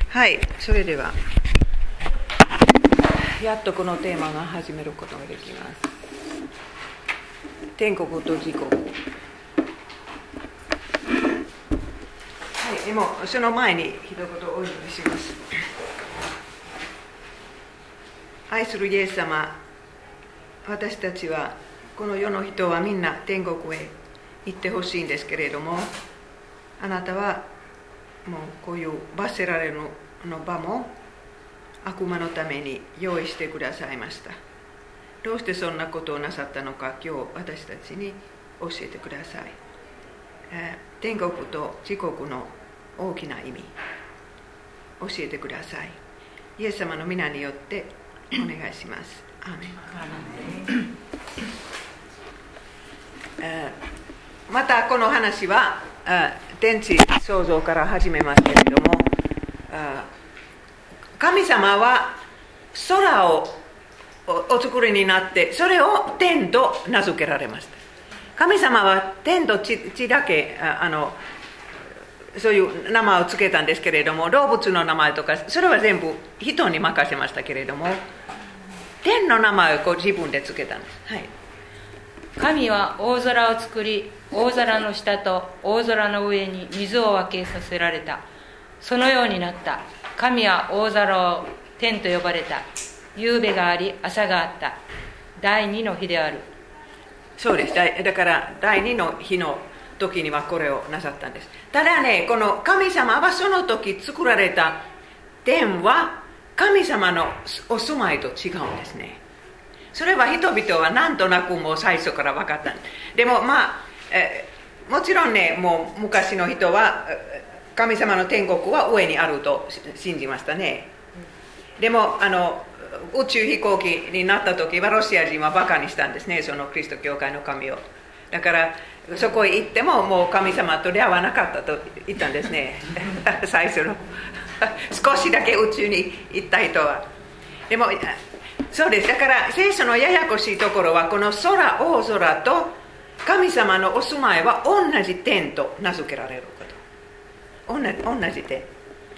はい、それではやっとこのテーマが始めることができます。天国と地獄。はい、でもその前に一言お祈りします。愛するイエス様、私たちはこの世の人はみんな天国へ行ってほしいんですけれども、あなたはもうこういう罰せられるの場も悪魔のために用意してくださいました。どうしてそんなことをなさったのか、今日私たちに教えてください。天国と地獄の大きな意味教えてください。イエス様の皆によってお願いします。アーメン。またこの話は天地創造から始めますけれども、神様は空をお作りになって、それを天と名付けられました。神様は天と地だけそういう名前をつけたんですけれども、動物の名前とかそれは全部人に任せましたけれども、天の名前を自分でつけたんです。はい。 神は大空を作り、大空の下と大空の上に水を分けさせられた。そのようになった。神は大空を天と呼ばれた。夕べがあり、朝があった。第二の日である。 そうです。だから第二の日の時にはこれをなさったんです。ただね、この神様はその時作られた天は神様のお住まいと違うんですね。それは人々はなんとなくもう最初から分かったんです。でももちろんね、もう昔の人は神様の天国は上にあると信じましたね。でも宇宙飛行機になった時はロシア人はバカにしたんですね、そのキリスト教会の神を。だからそこへ行ってももう神様と出会わなかったと言ったんですね最初の少しだけ宇宙に行った人は。でもそうです。だから聖書のややこしいところは、この大空と神様のお住まいは同じ天と名付けられること。同じ天。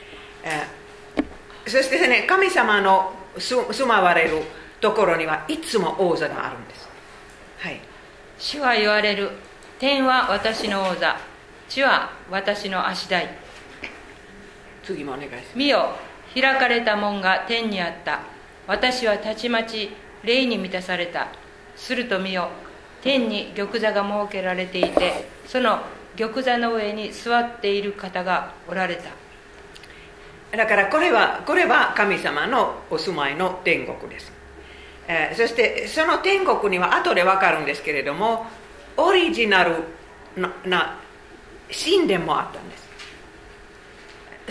そしてね、神様の住まわれるところにはいつも王座があるんです。はい。 主は言われる。天は私の王座、地は私の足台。 次もお願いします。 見よ、開かれた門が天にあった。私はたちまち霊に満たされた。すると見よ、天に玉座が設けられていて、その玉座の上に座っている方がおられた。 だからこれは神様のお住まいの天国です。そしてその天国には後で分かるんですけれども、オリジナルな神殿もあったんです。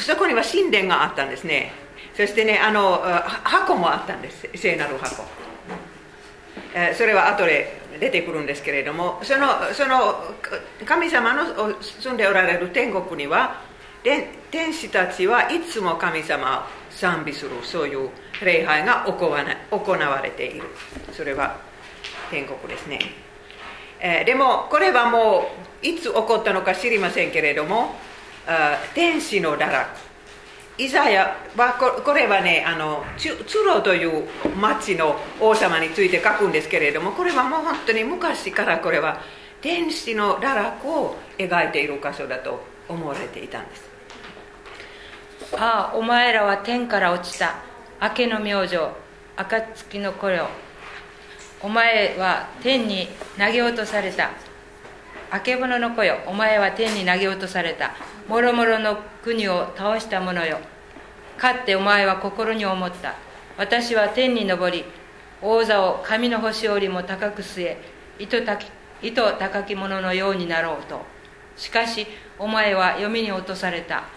そこには神殿があったんですね。そしてね、箱もあったんです。聖なる箱。それは後で出てくるんですけれども、その神様の住んでおられる天国には天使たちはいつも神様を賛美する、そういう礼拝が行われている。それは天国ですね。でもこれはもういつ起こったのか知りませんけれども、天使の堕落、イザヤはこれはね、ツロという町の王様について書くんですけれども、これはもう本当に昔からこれは天使の堕落を描いている箇所だと思われていたんです。 ああ、お前らは天から落ちた明けの明星、暁の子よ。お前は天に投げ落とされた。あけぼのの子よ、お前は天に投げ落とされた。もろもろの国を倒した者よ。かってお前は心に思った。私は天に昇り、王座を神の星よりも高く据え、糸高き者のようになろうと。しかしお前は読みに落とされた。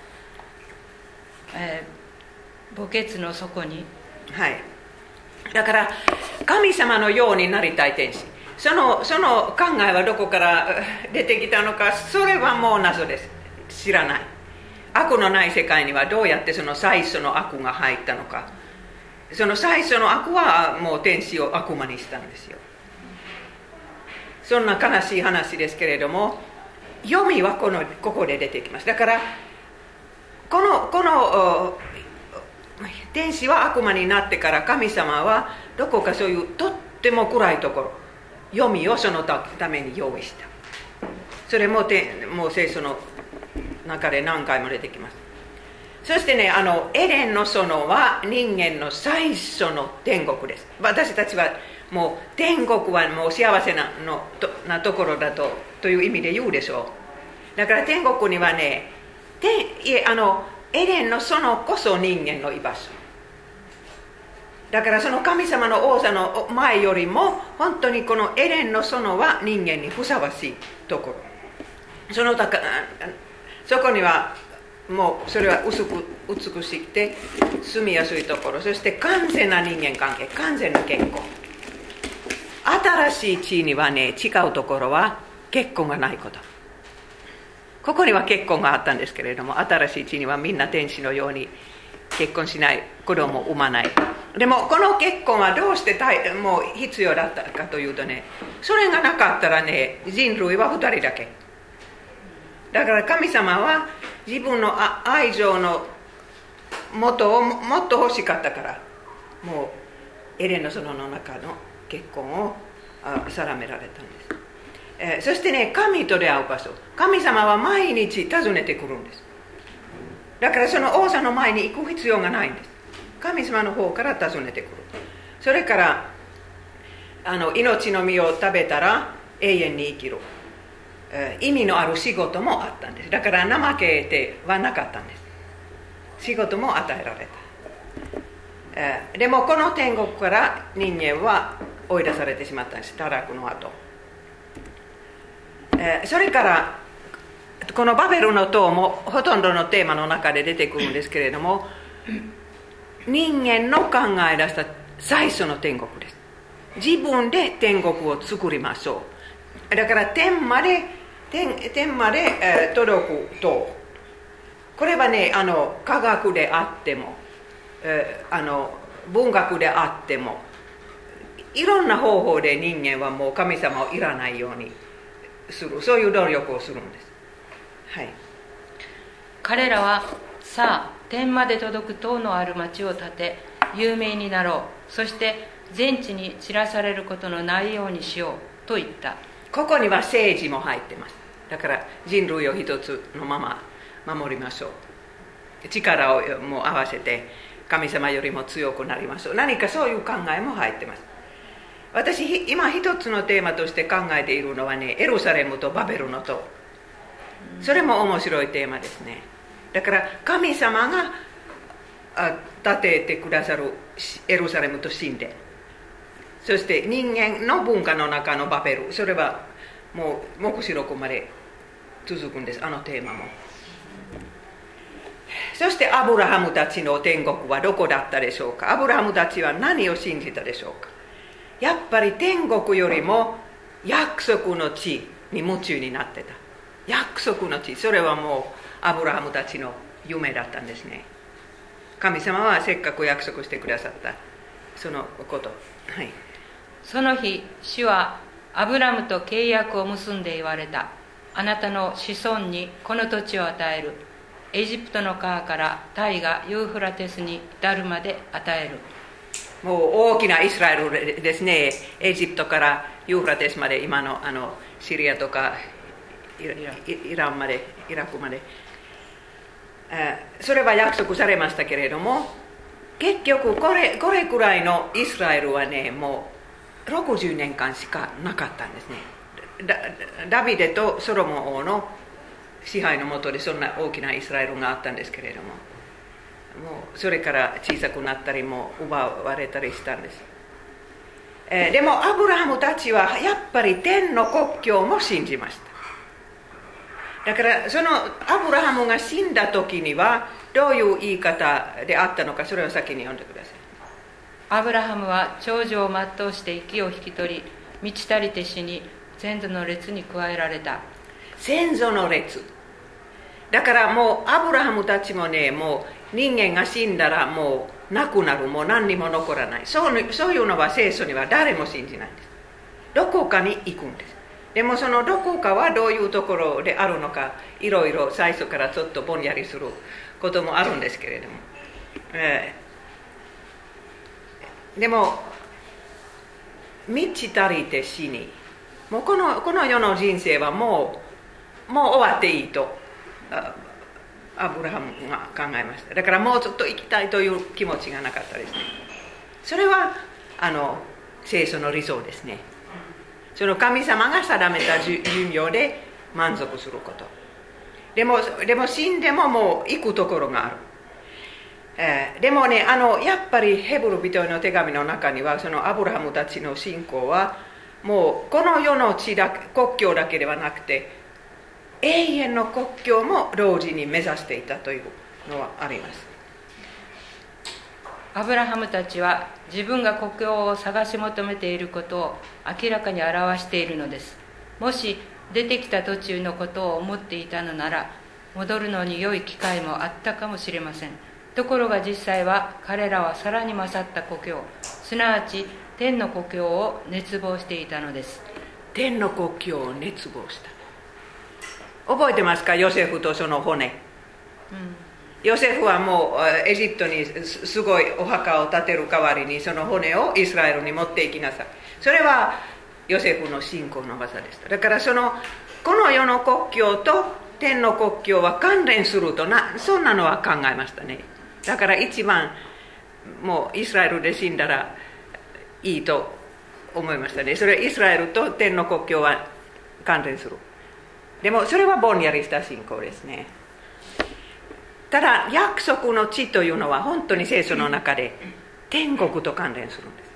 墓穴の底に。 はい。だから神様のようになりたい天使、その考えはどこから出てきたのか、それはもう謎です。知らない。悪のない世界にはどうやってその最初の悪が入ったのか。その最初の悪はもう天使を悪魔にしたんですよ。そんな悲しい話ですけれども、読みはここで出てきます。だからこの使は悪魔になってから神様はどこかそういうとっても暗いところ、黄泉をそのために用意した。それも聖書の中で何回も出てきます。そしてね、エデンの園は人間の最初の天国です。私たちはもう天国はもう幸せなところだという意味で言うでしょう。だから天国にはね、エデンの園こそ人間の居場所だから、その神様の王座の前よりも本当にこのエデンの園は人間にふさわしいところ。そこにはもうそれは美しくて住みやすいところ、そして完全な人間関係、完全な結婚。新しい地にはね、違うところは結婚がないこと。ここには結婚があったんですけれども、新しい地にはみんな天使のように結婚しない、子供を産まない。でもこの結婚はどうしてもう必要だったかというとね、それがなかったらね、人類は2人だけだから、神様は自分の愛情の元をもっと欲しかったから、もうエデンの園の中の結婚を定められたんです。そしてね、神と出会う場所、神様は毎日訪ねてくるんです。だからその王座の前に行く必要がないんです。神様の方から訪ねてくる。それから命の実を食べたら永遠に生きる、意味のある仕事もあったんです。だから怠けてはなかったんです。仕事も与えられた。でもこの天国から人間は追い出されてしまったんです、堕落の後。それからこのバベルの塔もほとんどのテーマの中で出てくるんですけれども、人間の考え出した最初の天国です。自分で天国を作りましょう。だから天まで届く塔、これはね、科学であっても、文学であっても、いろんな方法で人間はもう神様をいらないようにする、そういう努力をするんです。はい、 彼らはさあ天まで届く塔のある町を建て有名になろう、そして全地に散らされることのないようにしようと言った。 ここには政治も入ってます。だから人類を一つのまま守りましょう、力をもう合わせて神様よりも強くなりましょう、何かそういう考えも入ってます。私今一つのテーマとして考えているのはね、エルサレムとバベルの塔、それも面白いテーマですね。だから神様が建ててくださるエルサレムと神殿、そして人間の文化の中のバベル、それはもう黙示録まで続くんです、あのテーマも。そしてアブラハムたちの天国はどこだったでしょうか。アブラハムたちは何を信じたでしょうか。やっぱり天国よりも約束の地に夢中になってた。約束の地、それはもうアブラハムたちの夢だったんですね。神様はせっかく約束してくださったそのこと、はい、 その日主はアブラムと契約を結んで言われた。あなたの子孫にこの土地を与える。エジプトの川から大河ユーフラテスに至るまで与える。 もう大きなイスラエルですね。エジプトからユーフラテスまで、今のシリアとかイランまで、イラクまで、それは約束されましたけれども、結局これくらいのイスラエルはね、もう60年間しかなかったんですね。ダビデとソロモン王の支配の下でそんな大きなイスラエルがあったんですけれども、もうそれから小さくなったりも奪われたりしたんです。でもアブラハムたちはやっぱり天の国境も信じました。だからそのアブラハムが死んだ時にはどういう言い方であったのか、それを先に読んでください。 アブラハムは長寿を全うして息を引き取り、満ち足りて死に先祖の列に加えられた。 先祖の列だからもうアブラハムたちもね、もう人間が死んだらもうなくなる、もう何にも残らない、そういうのは聖書には誰も信じないんです。どこかに行くんです。でもそのどこかはどういうところであるのか、いろいろ最初からちょっとぼんやりすることもあるんですけれども、 でも満ち足りて死に、もうこの世の人生はもう終わっていいとアブラハムが考えました。だからもうちょっと生きたいという気持ちがなかったですね。それは聖書の理想ですね。その神様が定めた寿命で満足すること。でも死んでももう行くところがある。でもね、やっぱりヘブル人への手紙の中には、そのアブラハムたちの信仰はもうこの世の国境だけではなくて、永遠の国境も同時に目指していたというのはあります。 アブラハムたちは自分が国境を探し求めていることを明らかに表しているのです。もし出てきた途中のことを思っていたのなら、戻るのに良い機会もあったかもしれません。ところが実際は彼らはさらに勝った故郷、すなわち天の故郷を熱望していたのです。 天の故郷を熱望した。覚えてますか、ヨセフとその骨。ヨセフはもうエジプトにすごいお墓を建てる代わりにその骨をイスラエルに持っていきなさい。それはヨセフの信仰の技でした。だからこの世の国境と天の国境は関連するとそんなのは考えましたね。だから一番もうイスラエルで死んだらいいと思いましたね。それはイスラエルと天の国境は関連する。でもそれはぼんやりした信仰ですね。ただ約束の地というのは本当に聖書の中で天国と関連するんです。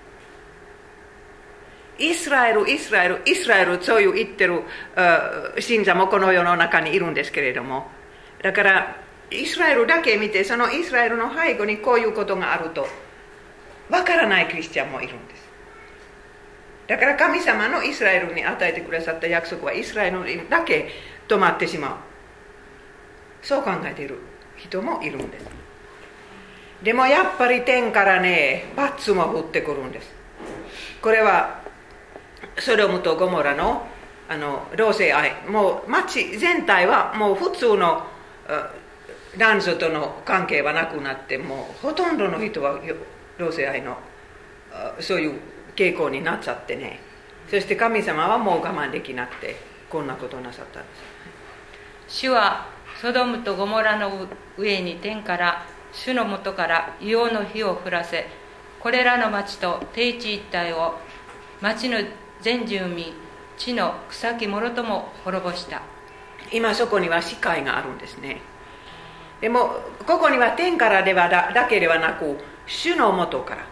イスラエルそういう言ってる信者もこの世の中にいるんですけれども、だからイスラエルだけ見て、そのイスラエルの背後にこういうことがあるとわからないクリスチャンもいるんです。だから神様のイスラエルに与えてくださった約束はイスラエルにだけ止まってしまう、そう考えている人もいるんです。でもやっぱり天からね、罰も降ってくるんです。これはソドムとゴモラの同性愛、もう町全体はもう普通の男女との関係はなくなって、もうほとんどの人は同性愛のそういう傾向になっちゃってね。そして神様はもう我慢できなくてこんなことをなさったんです。 主はソドムとゴモラの上に天から主のもとから硫黄の火を降らせ、これらの町と低地一帯を町の全住民、地の草木もろとも滅ぼした。 今そこには視界があるんですね。でもここには天からだけではなく、主のもとから、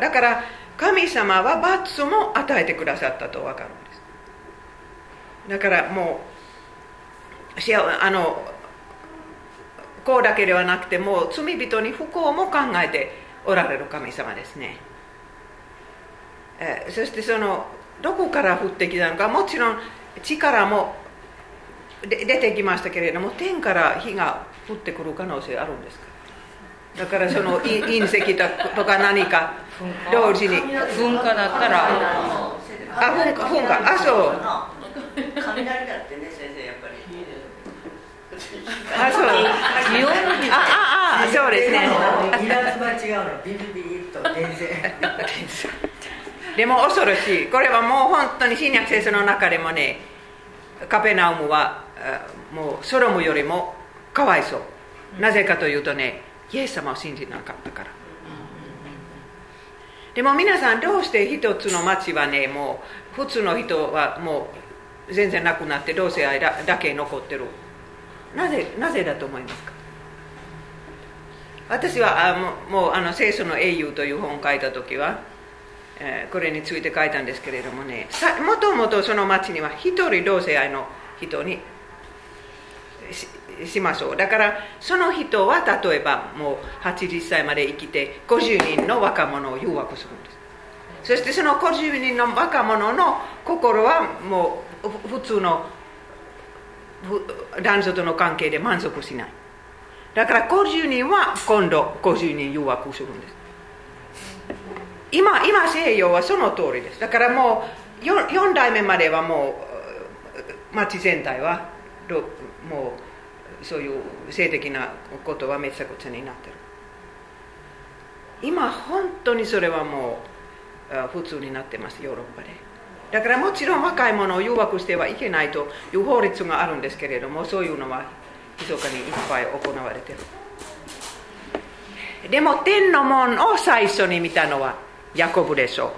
だから神様は罰も与えてくださったと分かるんです。だからもうこうだけではなくて、もう罪人に不幸も考えておられる神様ですね。そしてどこから降ってきたのか、もちろん地からも出てきましたけれども、天から火が降ってくる可能性あるんですか。だから隕石とか何か同時に噴火だったら噴火そう雷だってね、先生やっぱりそうですね。 稲妻違うの、ビビビッと電線でも恐ろしい。これはもう本当に新約聖書の中でもね、カペナウムはもうソドムよりもかわいそう。なぜかというとね、イエス様を信じなかったから。でも皆さん、どうして一つの町はね、もう普通の人はもう全然なくなって同性愛だけ残ってる。なぜだと思いますか。私はもう聖書の英雄という本を書いた時は、これについて書いたんですけれどもね、もともとその町には一人同性愛の人に しましょう。だからその人は例えばもう80歳まで生きて50人の若者を誘惑するんです。そしてその50人の若者の心はもう普通の男女との関係で満足しない。だから50人は今度50人誘惑するんです。今西洋はその通りです。だからもう 4代目まではもう町全体はもうそういう性的なことはめちゃくちゃになってる。 今本当にそれはもう普通になってます、ヨーロッパで。だからもちろん若い者を誘惑してはいけないという法律があるんですけれども、そういうのは密かにいっぱい行われている。でも天の門を最初に見たのはヤコブでしょ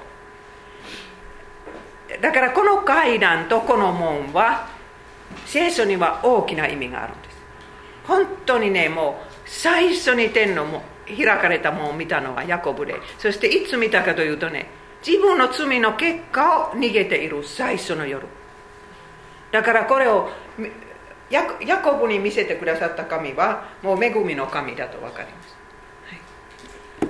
う。だからこの階段とこの門は聖書には大きな意味があるんです。本当にね、もう最初に天の門開かれた門を見たのはヤコブで、そしていつ見たかというとね、自分の罪の結果を逃げている最初の夜だから、これをヤコブに見せてくださった神はもう恵みの神だと分かります、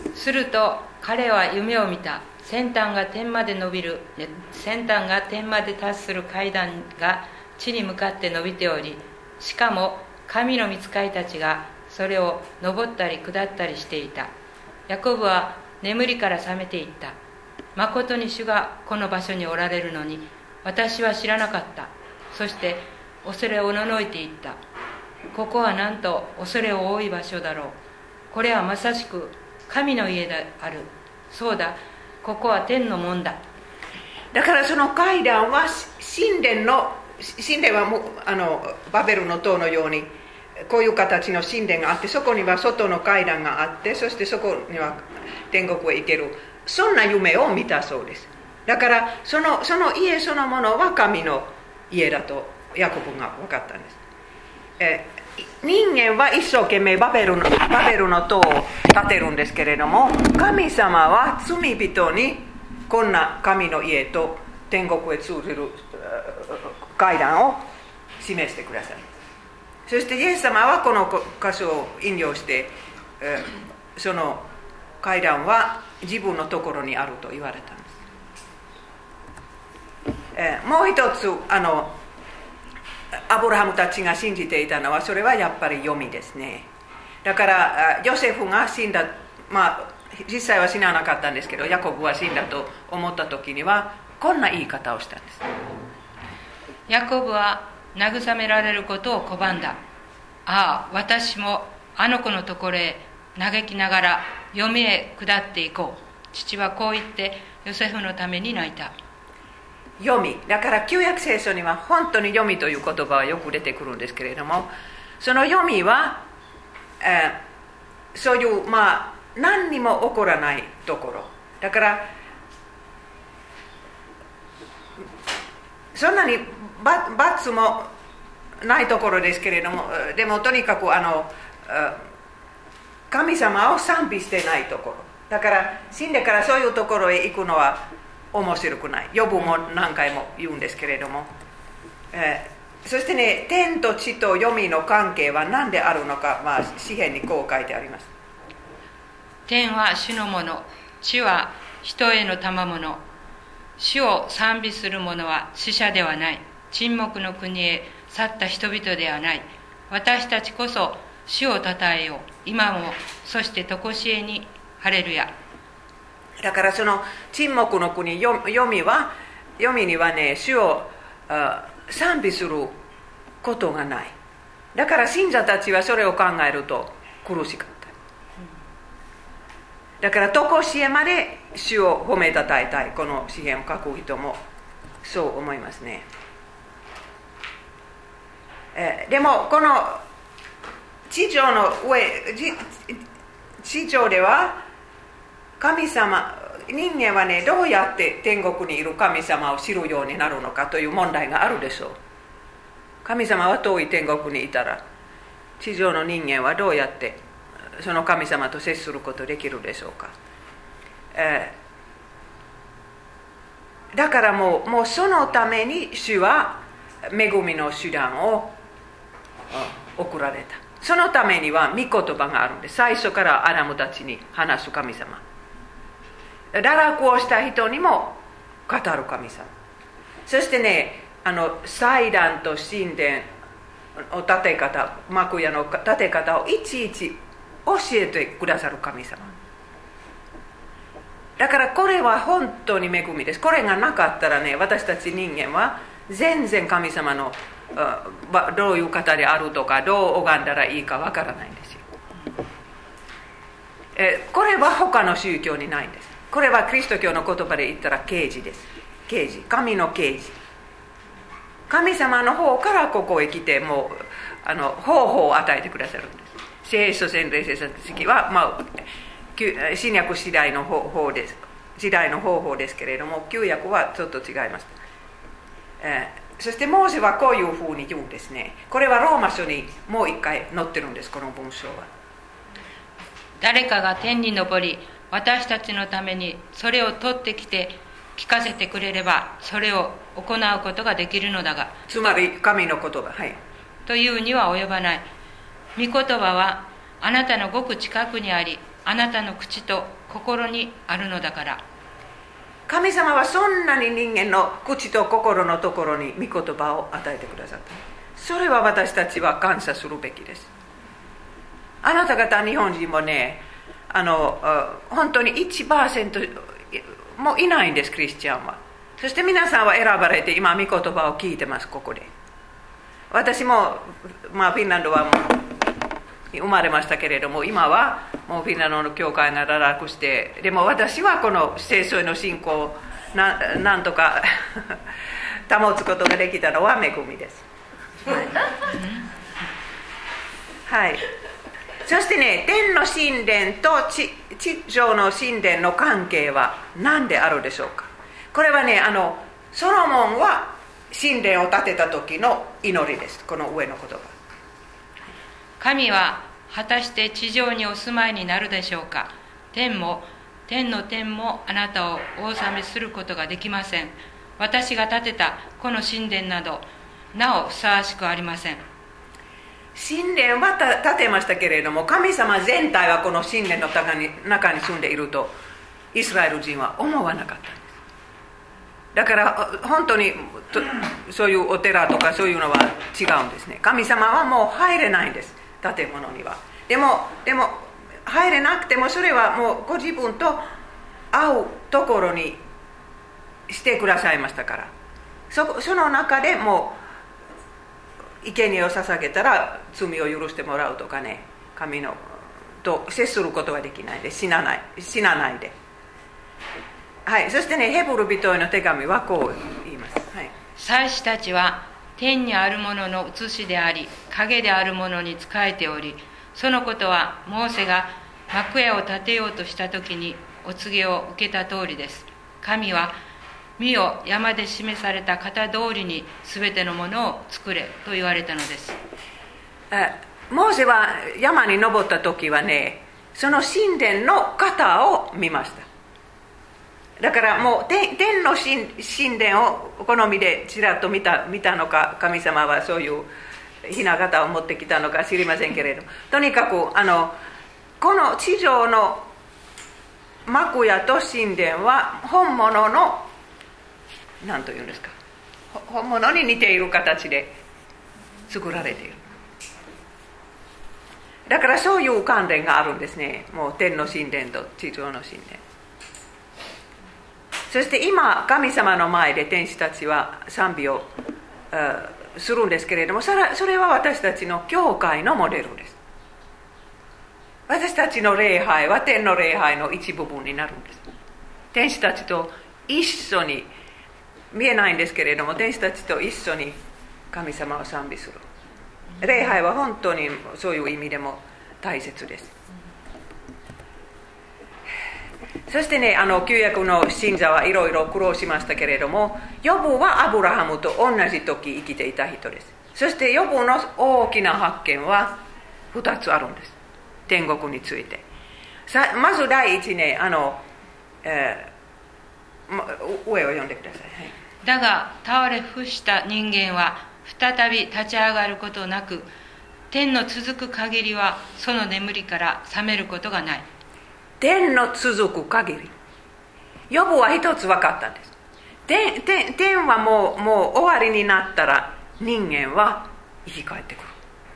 はい、 すると彼は夢を見た。先端が天まで伸びる、先端が天まで達する階段が地に向かって伸びており、しかも神の御使いたちがそれを登ったり下ったりしていた。ヤコブは眠りから覚めていった。まことに主がこの場所におられるのに私は知らなかった。そして恐れおののいていった。ここはなんと恐れ多い場所だろう。これはまさしく神の家である。そうだ、ここは天の門だ。 だからその階段は神殿はもうバベルの塔のようにこういう形の神殿があって、そこには外の階段があって、そしてそこには天国へ行ける、そんな夢を見たそうです。だからその家そのものは神の家だとヤコブが分かったんです。人間は一生懸命バベルの塔を建てるんですけれども、神様は罪人にこんな神の家と天国へ通じる階段を示してください。そしてイエス様はこの箇所を引用して、その階段は自分のところにあると言われたんです。もう一つアブラハムたちが信じていたのは、それはやっぱり読みですね。だからヨセフが死んだ、実際は死ななかったんですけど、ヤコブは死んだと思った時にはこんな言い方をしたんです。 ヤコブは慰められることを拒んだ。ああ、私もあの子のところへ嘆きながら嫁へ下っていこう。父はこう言ってヨセフのために泣いた。 読みだから、旧約聖書には本当に読みという言葉はよく出てくるんですけれども、その読みは、そういう何にも起こらないところだから、そんなに罰もないところですけれども、でもとにかく神様を賛美してないところだから、死んでからそういうところへ行くのは面白くない。ヨブも何回も言うんですけれども、そしてね、天と地と読みの関係は何であるのか、詩編にこう書いてあります。 天は主のもの、地は人への賜物。主を賛美する者は死者ではない。沈黙の国へ去った人々ではない。私たちこそ主をたたえよう。今も、そして常しえに。ハレルヤ。 だからその沈黙の国、読みにはね、主を賛美することがない。だから信者たちはそれを考えると苦しかった。だから常しえまで主を褒めたたえたい。この詩篇を書く人もそう思いますね。でもこの地上では神様、人間はね、どうやって天国にいる神様を知るようになるのかという問題があるでしょう。神様は遠い天国にいたら、地上の人間はどうやってその神様と接することできるでしょうか。だからもうそのために主は恵みの手段を送られた。そのためには御言葉があるんです。最初からアダムたちに話す神様、堕落をした人にも語る神様、そしてね、祭壇と神殿の建て方、幕屋の建て方をいちいち教えてくださる神様だから、これは本当に恵みです。これがなかったらね、私たち人間は全然神様のどういう方であるとか、どう拝んだらいいかわからないんですよ。 これは他の宗教にないんです。これはキリスト教の言葉で言ったら啓示です。啓示、神の啓示。神様の方からここへ来て、もう方法を与えてくださるんです。聖書洗礼聖書式は、新約時代の方法です。時代の方法ですけれども、旧約はちょっと違います。そしてモーセはこういうふうに言うんですね。これはローマ書にもう一回載ってるんです、この文章は。 誰かが天に昇り、私たちのためにそれを取ってきて聞かせてくれれば、それを行うことができるのだが、 つまり神の言葉、はい、 というには及ばない。御言葉はあなたのごく近くにあり、あなたの口と心にあるのだから。 神様はそんなに人間の口と心のところに御言葉を与えてくださった。それは私たちは感謝するべきです。あなた方日本人もね、本当に 1% もいないんです、クリスチャンは。そして皆さんは選ばれて今御言葉を聞いてます、ここで。私も、フィンランドはもう生まれましたけれども、今はもうフィンランドの教会が堕落して、でも私はこの聖書への信仰をなんとか保つことができたのは恵みです。はい、そしてね、天の神殿と地上の神殿の関係は何であるでしょうか。これはね、ソロモンは神殿を建てた時の祈りです。この上の言葉。 神は果たして地上にお住まいになるでしょうか。天の天もあなたをお納めすることができません。私が建てたこの神殿などなおふさわしくありません。 神殿は建てましたけれども、神様全体はこの神殿の中に住んでいるとイスラエル人は思わなかったんです。だから本当にそういうお寺とかそういうのは違うんですね。神様はもう入れないんです、建物には。でも入れなくても、それはもうご自分と合うところにしてくださいましたから、その中でもう生贄を捧げたら罪を許してもらうとかね、神のと接することはできないで、死なないで。はい、そしてね、ヘブル人への手紙はこう言います。はい、 祭司たちは天にあるものの写しであり、影であるものに仕えており、そのことはモーセが幕屋を建てようとした時にお告げを受けた通りです。神は見よ、山で示された型通りに全てのものを作れと言われたのです。 モーセは山に登った時はね、その神殿の型を見ました。だからもう天の神殿を好みでちらっと見たのか、神様はそういう雛形を持ってきたのか知りませんけれども、とにかくこの地上の幕屋と神殿は本物の何というんですか、本物に似ている形で作られている。だからそういう関連があるんですね。もう天の神殿と地上の神殿。そして今神様の前で天使たちは賛美をするんですけれども、それは私たちの教会のモデルです。私たちの礼拝は天の礼拝の一部分になるんです。天使たちと一緒に、見えないんですけれども、天使たちと一緒に神様を賛美する。礼拝は本当にそういう意味でも大切です。そしてね、旧約の信者はいろいろ苦労しましたけれども、ヨブはアブラハムと同じ時生きていた人です。そしてヨブの大きな発見は2つあるんです、天国について。まず第一ね、上を読んでください。はい、 だが倒れ伏した人間は再び立ち上がることなく、天の続く限りはその眠りから覚めることがない。 天の続く限り、ヨブは一つ分かったんです。天はもう終わりになったら人間は生き返ってくる。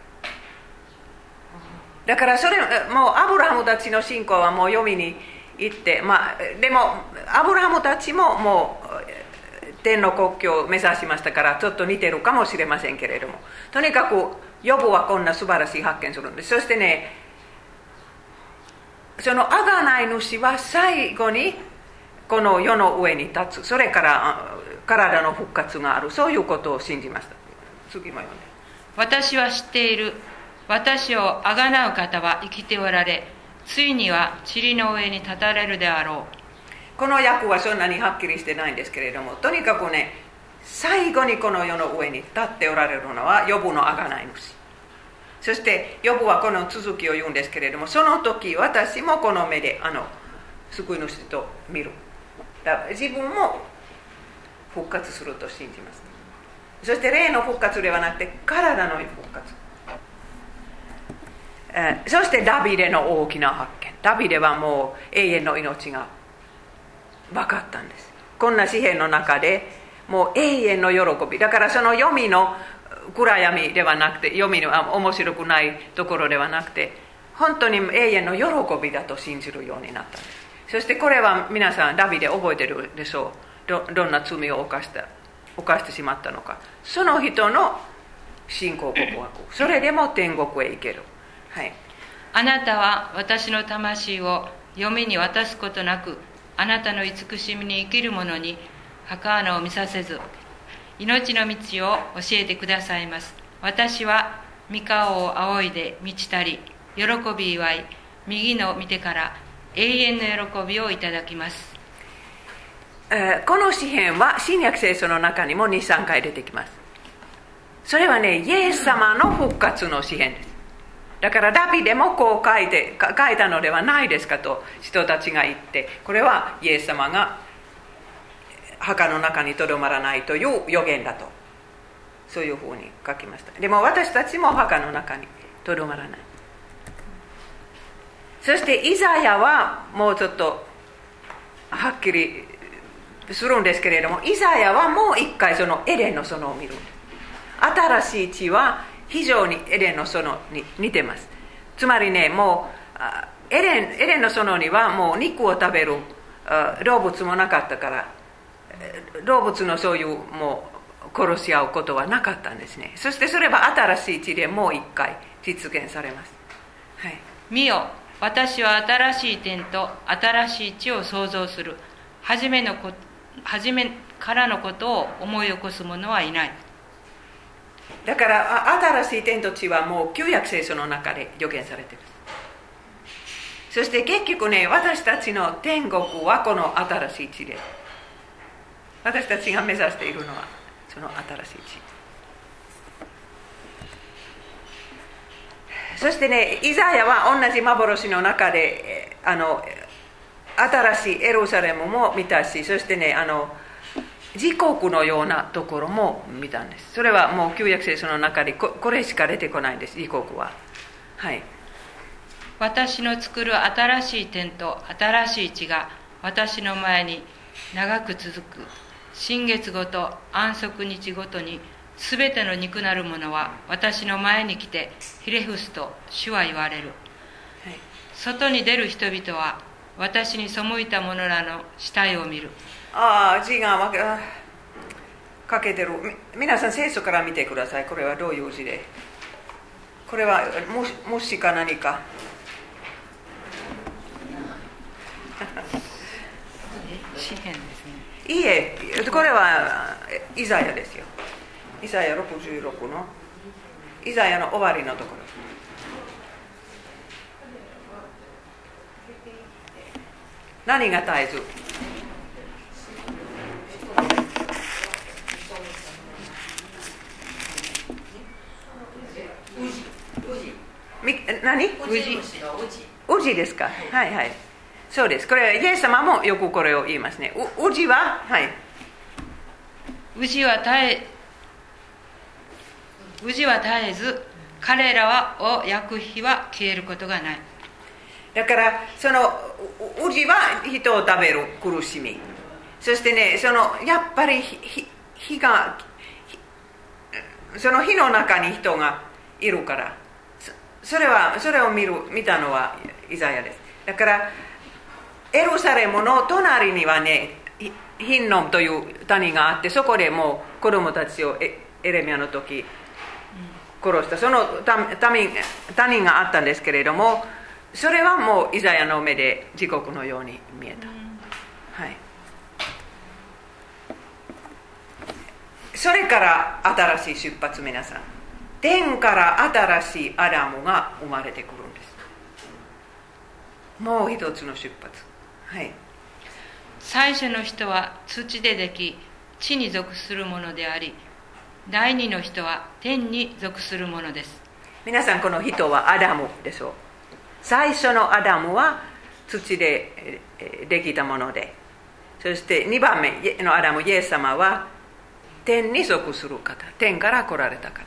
だからそれもうアブラハムたちの信仰はもう読みに行って、でもアブラハムたちももう天の国境を目指しましたから、ちょっと似てるかもしれませんけれども、とにかくヨブはこんな素晴らしい発見するんです。そしてね、 その贖い主は最後にこの世の上に立つ、それから体の復活がある、そういうことを信じました。次も読んで。 私は知っている。私を贖う方は生きておられ、ついには塵の上に立たれるであろう。 この訳はそんなにはっきりしてないんですけれども、とにかくね、最後にこの世の上に立っておられるのはヨブの贖い主。そしてヨブはこの続きを言うんですけれども、その時私もこの目で救い主と見る。だから自分も復活すると信じます。そして霊の復活ではなくて体の復活。そしてダビデの大きな発見。ダビデはもう永遠の命が分かったんです。こんな詩篇の中でもう永遠の喜びだから、その読みの暗闇ではなくて、読みの面白くないところではなくて、本当に永遠の喜びだと信じるようになったんです。そしてこれは皆さんダビデ覚えてるでしょう。どんな罪を犯してしまったのか。その人の信仰告白、それでも天国へ行ける。はい、 あなたは私の魂を嫁に渡すことなく、あなたの慈しみに生きる者に墓穴を見させず、命の道を教えてくださいます。私は御顔を仰いで満ちたり、喜び祝い、右の見てから永遠の喜びをいただきます。 この詩篇は新約聖書の中にも 2,3 回出てきます。それはね、イエス様の復活の詩篇です。だからダビデもこう書いたのではないですかと人たちが言って、これはイエス様が墓の中にとどまらないという予言だと、そういうふうに書きました。でも私たちも墓の中にとどまらない。そしてイザヤはもうちょっとはっきりするんですけれども、イザヤはもう一回そのエデンの園を見るんです。新しい地は非常にエデンの園に似てます。つまりね、もうエデンの園にはもう肉を食べる動物もなかったから、動物のそういうもう殺し合うことはなかったんですね。そしてそれは新しい地でもう一回実現されます。はい、 見よ、私は新しい天と新しい地を創造する。初めからのことを思い起こす者はいない。 だから新しい天と地はもう旧約聖書の中で予言されています。そして結局ね、私たちの天国はこの新しい地です。私たちが目指しているのはその新しい地。そしてね、イザヤは同じ幻の中で新しいエルサレムも見たし、そしてね、自国のようなところも見たんです。それはもう旧約聖書の中でこれしか出てこないんです、自国は。はい、 私の作る新しい天と新しい地が私の前に長く続く。新月ごと安息日ごとにすべての肉なるものは私の前に来てひれ伏すと主は言われる。はい、外に出る人々は私に背いた者らの死体を見る。 字が書けてる。皆さん聖書から見てください。これはどういう字で、これはもしか何か詩篇ですね。 いいえ、これはイザヤですよ。イザヤ66のイザヤの終わりのところ。何が絶えず、何？ウジですか？はいはい。そうです。これイエス様もよくこれを言いますね。ウジは、はい。 ウジは絶えず、彼らを焼く火は消えることがない。 だからそのウジは人を食べる苦しみ。そしてね、やっぱり火がその火の中に人がいるから。それを見たのはイザヤです。だからエルサレムの隣にはね、ヒンノムという谷があって、そこでもう子供たちをエレミヤの時殺した、その谷があったんですけれども、 それはもうイザヤの目で地獄のように見えた、はい、それから新しい出発、皆さん、天から新しいアダムが生まれてくるんです。もう一つの出発、はい、 最初の人は土ででき、地に属するものであり、第二の人は天に属するものです。 皆さん、この人はアダムでしょう。最初のアダムは土でできたもので、そして2番目のアダム、イエス様は天に属する方、天から来られた方、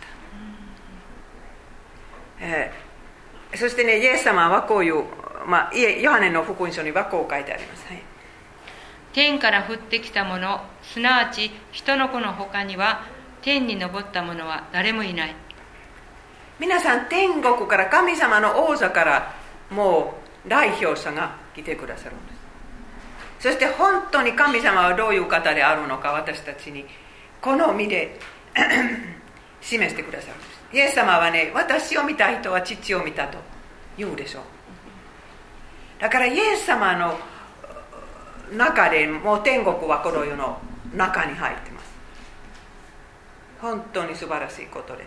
そしてね、イエス様はこういう、ヨハネの福音書にはこう書いてあります、はい、 天から降ってきたもの、すなわち人の子の他には天に昇った者は誰もいない。 皆さん、天国から、神様の王座からもう代表者が来てくださるんです。そして本当に神様はどういう方であるのか、私たちにこの身で示してくださるんです。イエス様はね、私を見た人は父を見たと言うでしょう。だからイエス様の中でもう天国はこの世の中に入ってます。本当に素晴らしいことです。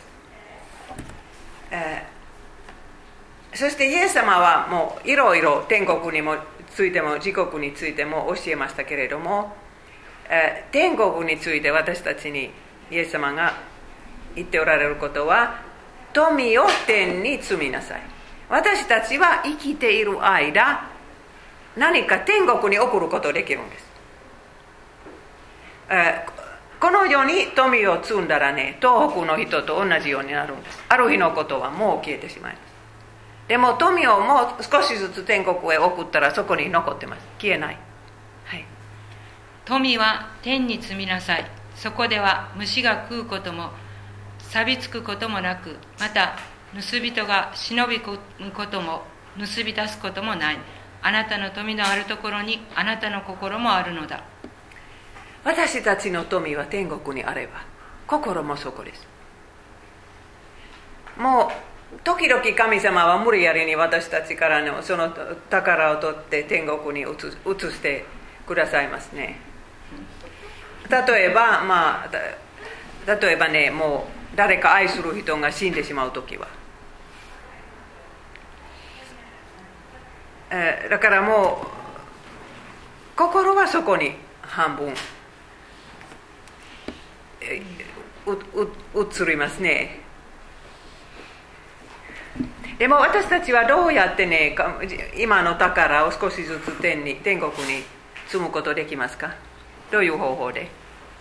そしてイエス様はもういろいろ天国にもついても地獄についても教えましたけれども、天国について私たちにイエス様が言っておられることは、富を天に積みなさい。私たちは生きている間、何か天国に送ることができるんです。この世に富を積んだらね、東北の人と同じようになるんです。ある日のことはもう消えてしまいます。でも富をもう少しずつ天国へ送ったらそこに残ってます。消えない、はい、 富は天に積みなさい。そこでは虫が食うことも錆びつくこともなく、また盗人が忍び込むことも盗び出すこともない。あなたの富のあるところにあなたの心もあるのだ。 私たちの富は天国にあれば心もそこです。もう時々神様は無理やりに私たちからのその宝を取って天国に移してくださいますね。例えばね、もう誰か愛する人が死んでしまうときは、だからもう心はそこに半分移りますね。でも私たちはどうやってね、今の宝を少しずつ天国に積むことできますか？どういう方法で？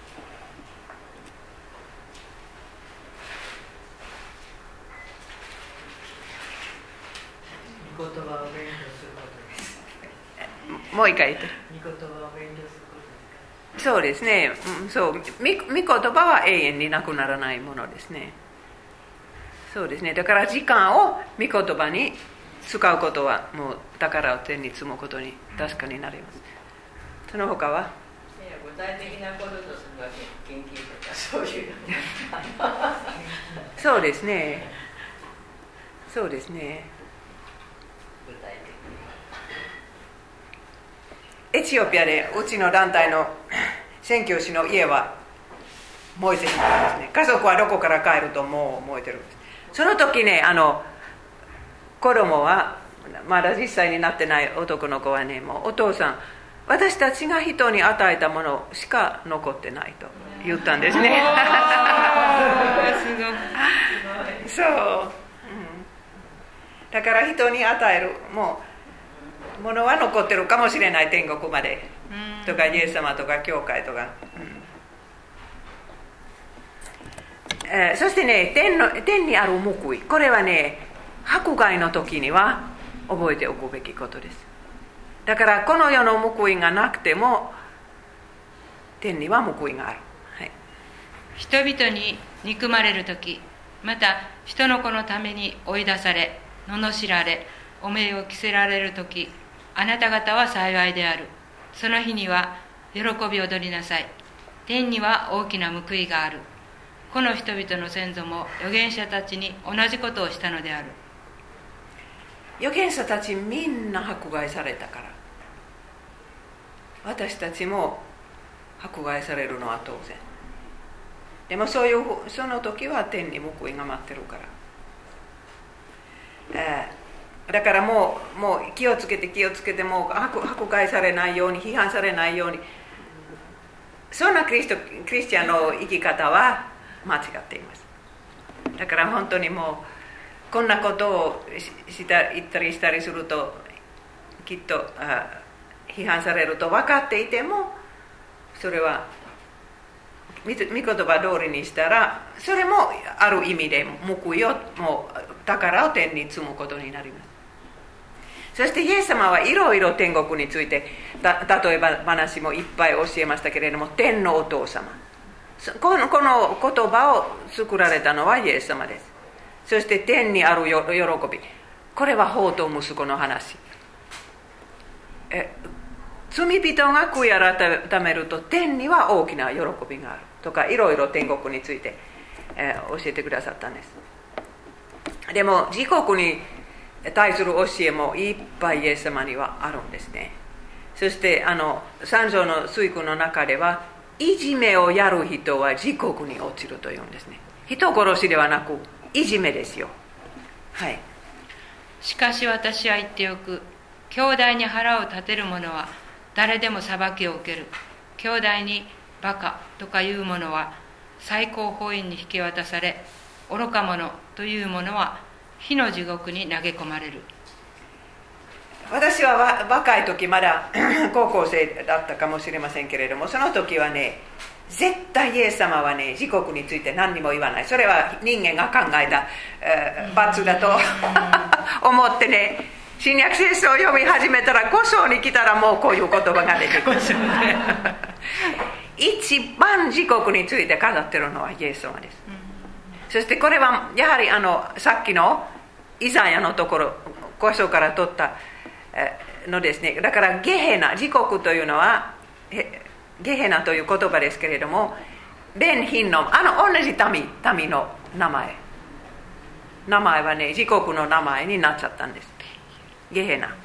御言葉を勉強することです。 もう一回言って。 御言葉を勉強することですか？ そうですね。そう、御言葉は永遠になくならないものですね。そうですね。だから時間を御言葉に使うことはもう宝を天に積むことに確かになります。その他は？ 具体的なこととするわけ、研究とかそういうそうですね。そうですね。 具体エチオピアでうちの団体の宣教師の家は燃えてしまいますね。家族はどこから帰るともう燃えてるんです。その時ね、子供はまだ10歳になってない男の子はね、もうお父さん、私たちが人に与えたものしか残ってないと言ったんですね。そう、だから人に与えるものは残ってるかもしれない、天国までとかイエス様とか教会とか、そしてね、天にある報い、これはね、迫害の時には覚えておくべきことです。だからこの世の報いがなくても天には報いがある、はい、 人々に憎まれる時、また人の子のために追い出され罵られ汚名を着せられる時、あなた方は幸いである。その日には喜び踊りなさい。天には大きな報いがある。この人々の先祖も預言者たちに同じことをしたのである。 預言者たちみんな迫害されたから、私たちも迫害されるのは当然。でもその時は天に報いが待ってるから、だからもう気をつけてもう迫害されないように、批判されないように、そんなクリスチャンの生き方は間違っています。だから本当にもうこんなことを言ったりしたりするときっと批判されると分かっていても、それは御言葉通りにしたら、それもある意味で報いを、もう宝を天に積むことになります。そしてイエス様はいろいろ天国について例えば話もいっぱい教えましたけれども、天のお父様、この言葉を作られたのはイエス様です。そして天にある喜び、これは法と息子の話。罪人が悔い改めると天には大きな喜びがあるとか、いろいろ天国について、教えてくださったんです。でも自国に対する教えもいっぱいイエス様にはあるんですね。そして三条の水訓の中では、いじめをやる人は自国に落ちるというんですね。人殺しではなくいじめですよ。はい。 しかし私は言っておく、兄弟に腹を立てる者は誰でも裁きを受ける。兄弟にバカとかいう者は最高法院に引き渡され、愚か者という者は火の地獄に投げ込まれる。 私は若い時まだ高校生だったかもしれませんけれども、その時はね、絶対イエス様はね、自国について何にも言わない。それは人間が考えた、罰だと思ってね、新約聖書を読み始めたら、5章に来たらもうこういう言葉が出てくる一番自国について語ってるのはイエス様です。そしてこれはやはりさっきのイザヤのところ、5章から取ったのですね。だからゲヘナ、自国というのはゲヘナという言葉ですけれども、ベンヒンノム、同じ民の名前はね、自国の名前になっちゃったんです。ゲヘナ。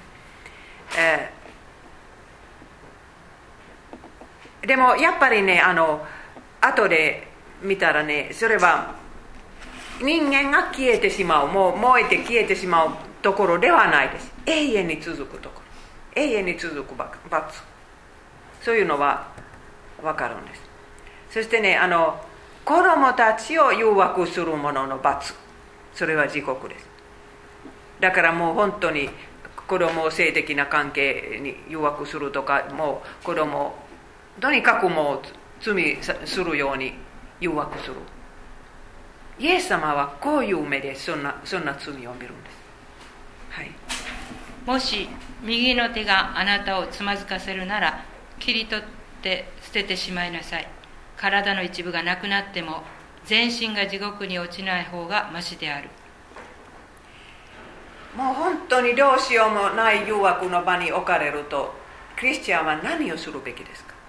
でもやっぱりね、後で見たらね、それは人間が消えてしまう、もう燃えて消えてしまうところではないです。永遠に続くところ、永遠に続く罰、そういうのは分かるんです。そしてね、子供たちを誘惑する者の罰、それは自国です。だからもう本当に子供を性的な関係に誘惑するとか、もう子供をとにかくもう罪するように誘惑する。イエス様はこういう目でそんな罪を見るんです。はい。 もし右の手があなたをつまずかせるなら、切り取って捨ててしまいなさい。体の一部がなくなっても全身が地獄に落ちない方がましである。 もう本当にどうしようもない誘惑の場に置かれると、クリスチャンは何をするべきですか？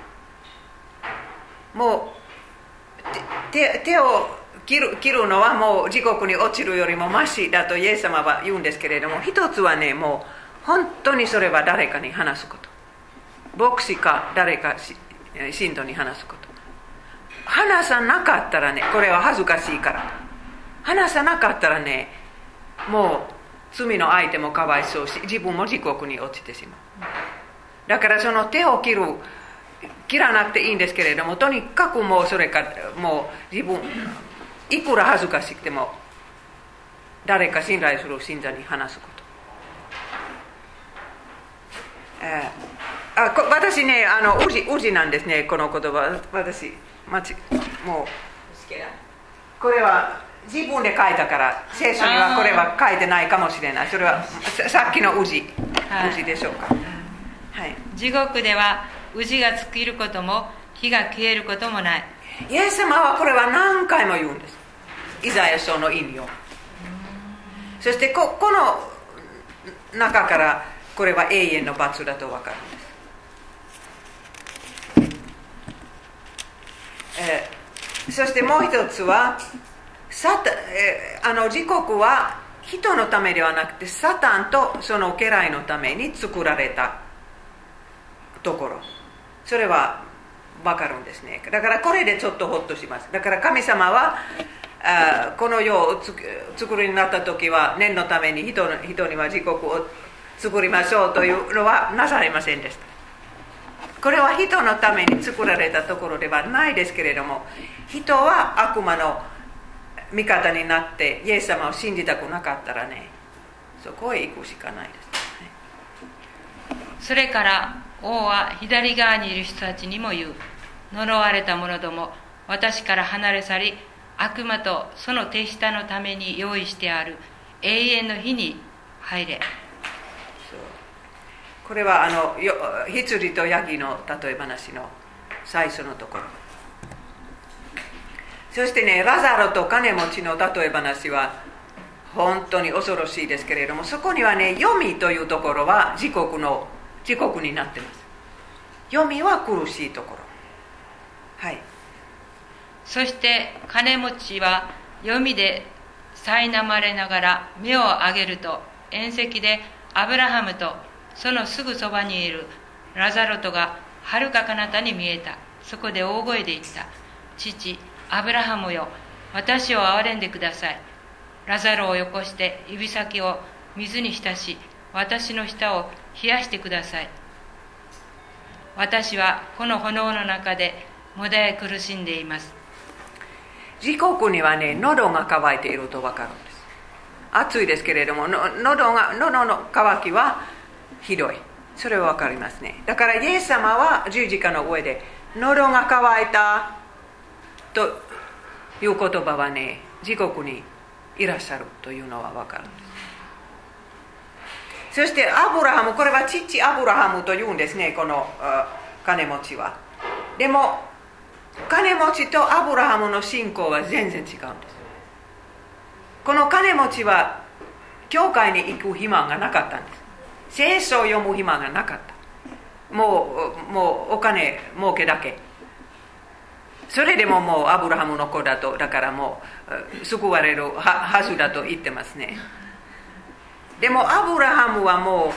もう手を切るのはもう地獄に落ちるよりもマシだとイエス様は言うんですけれども、一つはね、もう本当にそれは誰かに話すこと、牧師か誰か信徒に話すこと。話さなかったらね、これは恥ずかしいから、話さなかったらね、もう罪の相手もかわいそうし、自分も地獄に落ちてしまう。だからその手を切らなくていいんですけれども、とにかくもうそれか、もう自分いくら恥ずかしくても誰か信頼する信者に話すこと。私ね、宇治なんですね、この言葉。私もうこれは自分で書いたから、聖書にはこれは書いてないかもしれない。それはさっきの宇治でしょうか。はい、 地獄では宇治が尽きることも火が消えることもない。 イエス様はこれは何回も言うんです。イザヤ書の意味を。そしてこの中からこれは永遠の罰だと分かるんです。そしてもう一つは、時刻は人のためではなくてサタンとその家来のために作られたところ、それは分かるんですね。だからこれでちょっとホッとします。だから神様はこの世を作りになった時は念のために人には時刻を作りましょうというのはなされませんでした。これは人のために作られたところではないですけれども、人は悪魔の味方になってイエス様を信じたくなかったらね、そこへ行くしかないです、ね。 それから王は左側にいる人たちにも言う。呪われた者ども、私から離れ去り、悪魔とその手下のために用意してある永遠の火に入れ。 これは羊とヤギの例え話の最初のところ。そしてね、ラザロと金持ちの例え話は本当に恐ろしいですけれども、そこにはね、読みというところは時刻になっています。読みは苦しいところ。はい。 そして金持ちは読みで苛まれながら目を上げると、縁石でアブラハムとそのすぐそばにいるラザロとがはるか彼方に見えた。そこで大声で言った。父アブラハムよ、私を憐れんでください。ラザロをよこして指先を水に浸し、私の舌を冷やしてください。私はこの炎の中でもだえ苦しんでいます。 時刻にはね、喉が渇いていると分かるんです。暑いですけれども、喉の渇きはひどい。それは分かりますね。だからイエス様は十字架の上で喉が渇いたという言葉はね、時刻にいらっしゃるというのは分かるんです。そしてアブラハム、これは父アブラハムというんですね、この金持ちは。でも金持ちとアブラハムの信仰は全然違うんです。この金持ちは教会に行く暇がなかったんです。聖書を読む暇がなかった。もうお金儲けだけ。それでももうアブラハムの子だと、だからもう救われるはずだと言ってますね。でもアブラハムはも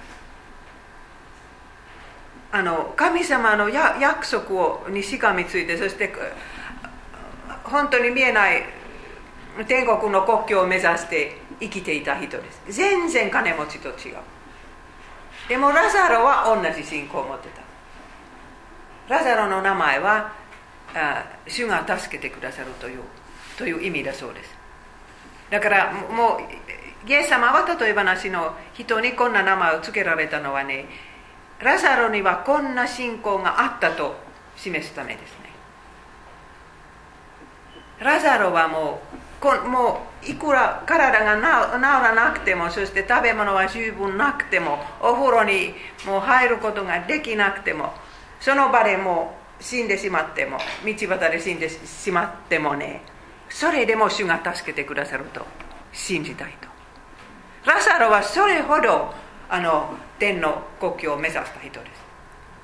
う神様の約束にしがみついて、そして本当に見えない天国の国境を目指して生きていた人です。全然金持ちと違う。でもラザロは同じ信仰を持ってた。ラザロの名前は主が助けてくださるという意味だそうです。だからもうイエス様は例え話の人にこんな名前を付けられたのはね、ラザロにはこんな信仰があったと示すためですね。ラザロはもういくら体が治らなくても、そして食べ物は十分なくても、お風呂にもう入ることができなくても、その場でもう死んでしまっても、道端で死んでしまってもね、それでも主が助けてくださると信じたいと。ラザロはそれほど天の国境を目指した人です。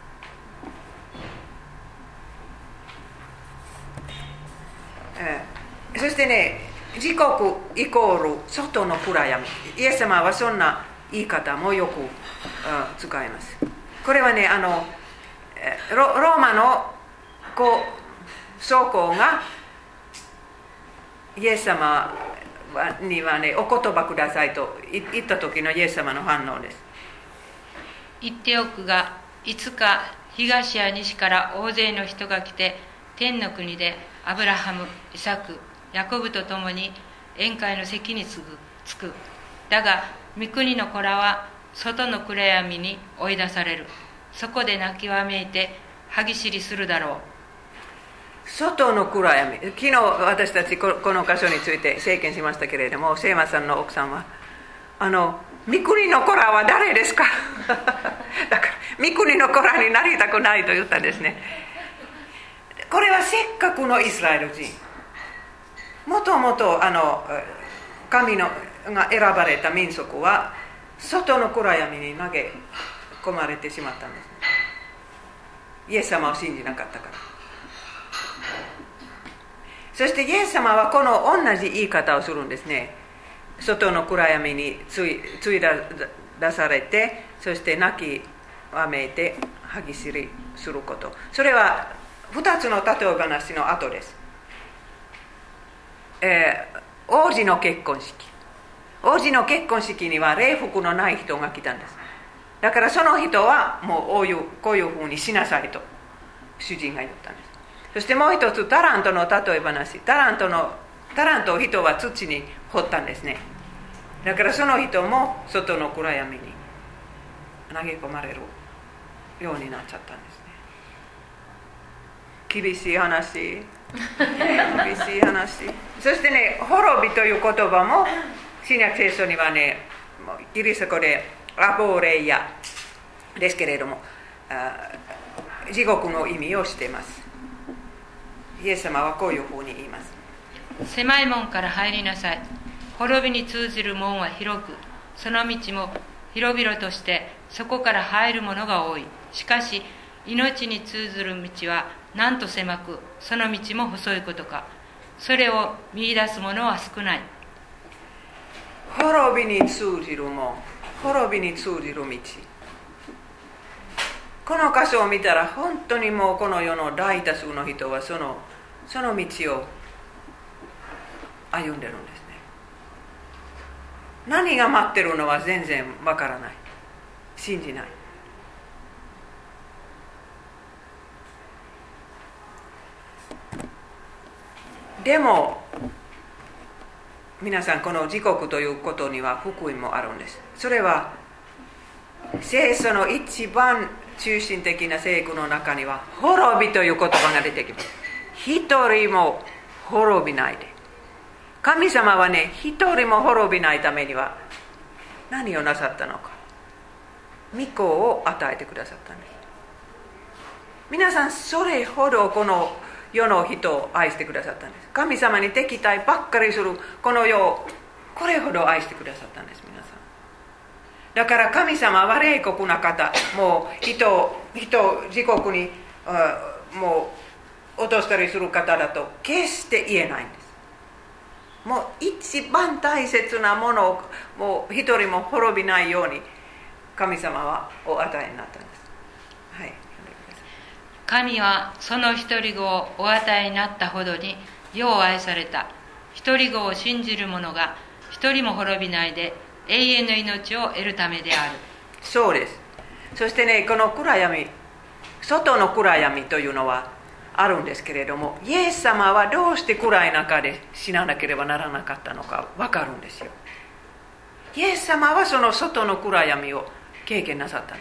そしてね、時刻イコール外の暗闇。イエス様はそんな言い方もよく使います。これはね、ローマの将校がイエス様にはね、お言葉くださいと言った時のイエス様の反応です。 言っておくが、いつか東や西から大勢の人が来て、天の国でアブラハム、イサク、ヤコブと共に宴会の席につく。だが御国の子らは外の暗闇に追い出される。そこで泣きわめいて歯ぎしりするだろう。 外の暗闇。昨日私たちこの箇所について経験しましたけれども、セイマさんの奥さんは御国の子らは誰ですかだから御国の子らになりたくないと言ったんですね。これはせっかくのイスラエル人、もともと神が選ばれた民族は外の暗闇に投げ込まれてしまったんです。イエス様を信じなかったから。そしてイエス様はこの同じ言い方をするんですね。 外の暗闇につい出されて、そして泣きわめいて歯ぎしりすること、それは2つの例え話の後です。王子の結婚式、王子の結婚式には礼服のない人が来たんです。だからその人はもうこういうふうにしなさいと主人が言ったんです。そしてもう一つ、タラントの例え話、タラントを人は土に掘ったんですね。だからその人も外の暗闇に投げ込まれるようになっちゃったんですね。厳しい話厳しい話。そしてね、滅びという言葉も新約聖書にはね、ギリシャ語でアポレイアですけれども、地獄の意味をしています。イエス様はこういうふうに言います。 狭い門から入りなさい。滅びに通じる門は広く、その道も広々として、そこから入る者が多い。しかし命に通ずる道はなんと狭く、その道も細いことか。それを見出す者は少ない。 滅びに通じる門、滅びに通じる道。この箇所を見たら本当にもうこの世の大多数の人はその道を歩んでるんですね。何が待ってるのは全然わからない、信じない。でも皆さん、この地獄ということには福音もあるんです。それは聖書の一番中心的な聖句の中には滅びという言葉が出てきます。一人も滅びないで。神様はね、一人も滅びないためには何をなさったのか、御子を与えてくださったんです。皆さん、それほどこの世の人を愛してくださったんです。神様に敵対ばっかりするこの世をこれほど愛してくださったんです。皆さん、だから神様は冷酷な方、もう人を地獄にもう落としたりする方だと決して言えないんです。もう一番大切なものをもう一人も滅びないように神様はお与えになったんです。はい、 神はその一人子をお与えになったほどによう愛された。一人子を信じる者が一人も滅びないで永遠の命を得るためである。 そうです。そしてね、この暗闇、外の暗闇というのはあるんですけれども、イエス様はどうして暗い中で死ななければならなかったのか分かるんですよ。イエス様はその外の暗闇を経験なさったんです。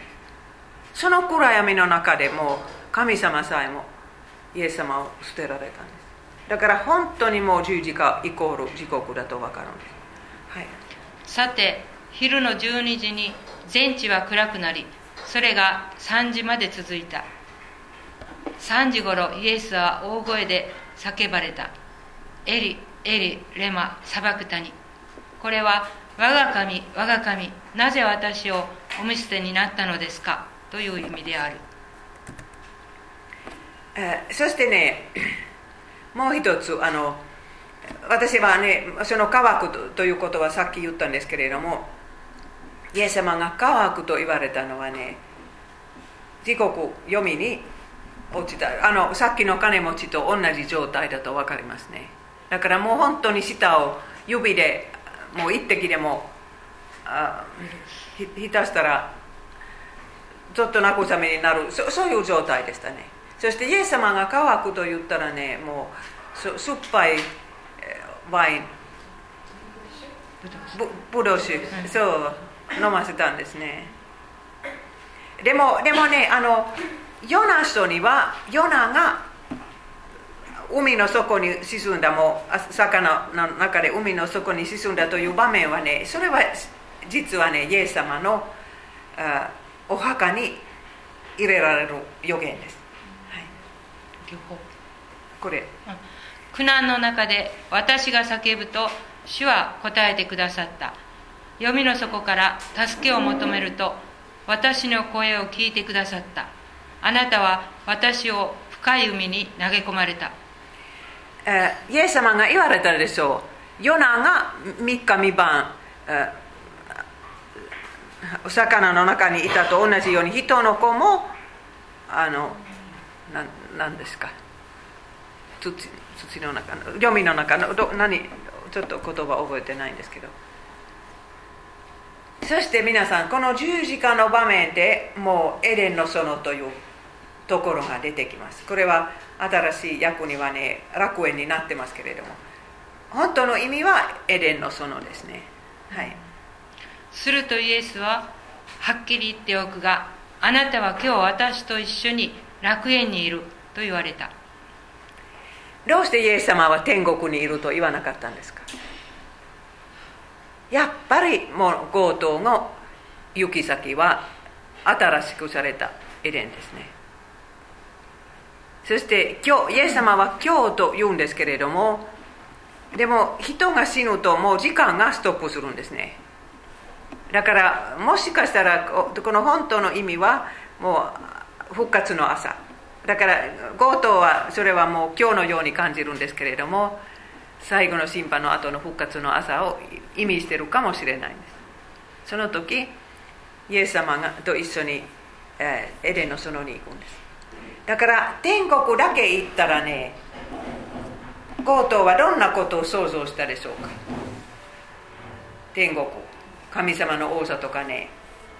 その暗闇の中でも神様さえもイエス様を捨てられたんです。だから本当にもう十字架イコール地獄だと分かるんです。はい、 さて昼の12時に全地は暗くなり、それが3時まで続いた。3時ごろイエスは大声で叫ばれた。エリエリレマサバクタニ。これは我が神我が神、なぜ私をお見捨てになったのですかという意味である。 そしてね、もう一つ私はね、その乾くということはさっき言ったんですけれども、イエス様が乾くと言われたのはね、地獄読みに落ちたさっきの金持ちと同じ状態だと分かりますね。だからもう本当に舌を指でもう一滴でも浸したらちょっと慰めになる、そういう状態でしたね。そしてイエス様が乾くと言ったらね、もう酸っぱいワイン、ブドウ酒、そう飲ませたんですね。でもね、ヨナ書にはヨナが海の底に沈んだ、もう魚の中で海の底に沈んだという場面はね、それは実はね、イエス様のお墓に入れられる予言です。はい、これ苦難の中で私が叫ぶと主は答えてくださった。黄泉の底から助けを求めると私の声を聞いてくださった。あなたは私を深い海に投げ込まれた。 イエス様が言われたでしょう。 ヨナが3日3晩お魚の中にいたと同じように、人の子も何ですか、土の中の黄泉の中のちょっと言葉覚えてないんですけど、そして皆さん、この十字架の場面でもうエデンの園というところが出てきます。これは新しい訳にはね、楽園になってますけれども、本当の意味はエデンの園ですね。はい。 するとイエスは、はっきり言っておくが、あなたは今日私と一緒に楽園にいると言われた。 どうしてイエス様は天国にいると言わなかったんですか？やっぱりもう強盗の行き先は新しくされたエデンですね。そしてイエス様は今日と言うんですけれども、でも人が死ぬともう時間がストップするんですね。だからもしかしたらこの本当の意味はもう復活の朝だから、強盗はそれはもう今日のように感じるんですけれども、最後の審判の後の復活の朝を意味しているかもしれないんです。その時イエス様と一緒にエデンの園に行くんです。だから天国だけ行ったらね、強盗はどんなことを想像したでしょうか？天国、神様の王座とかね、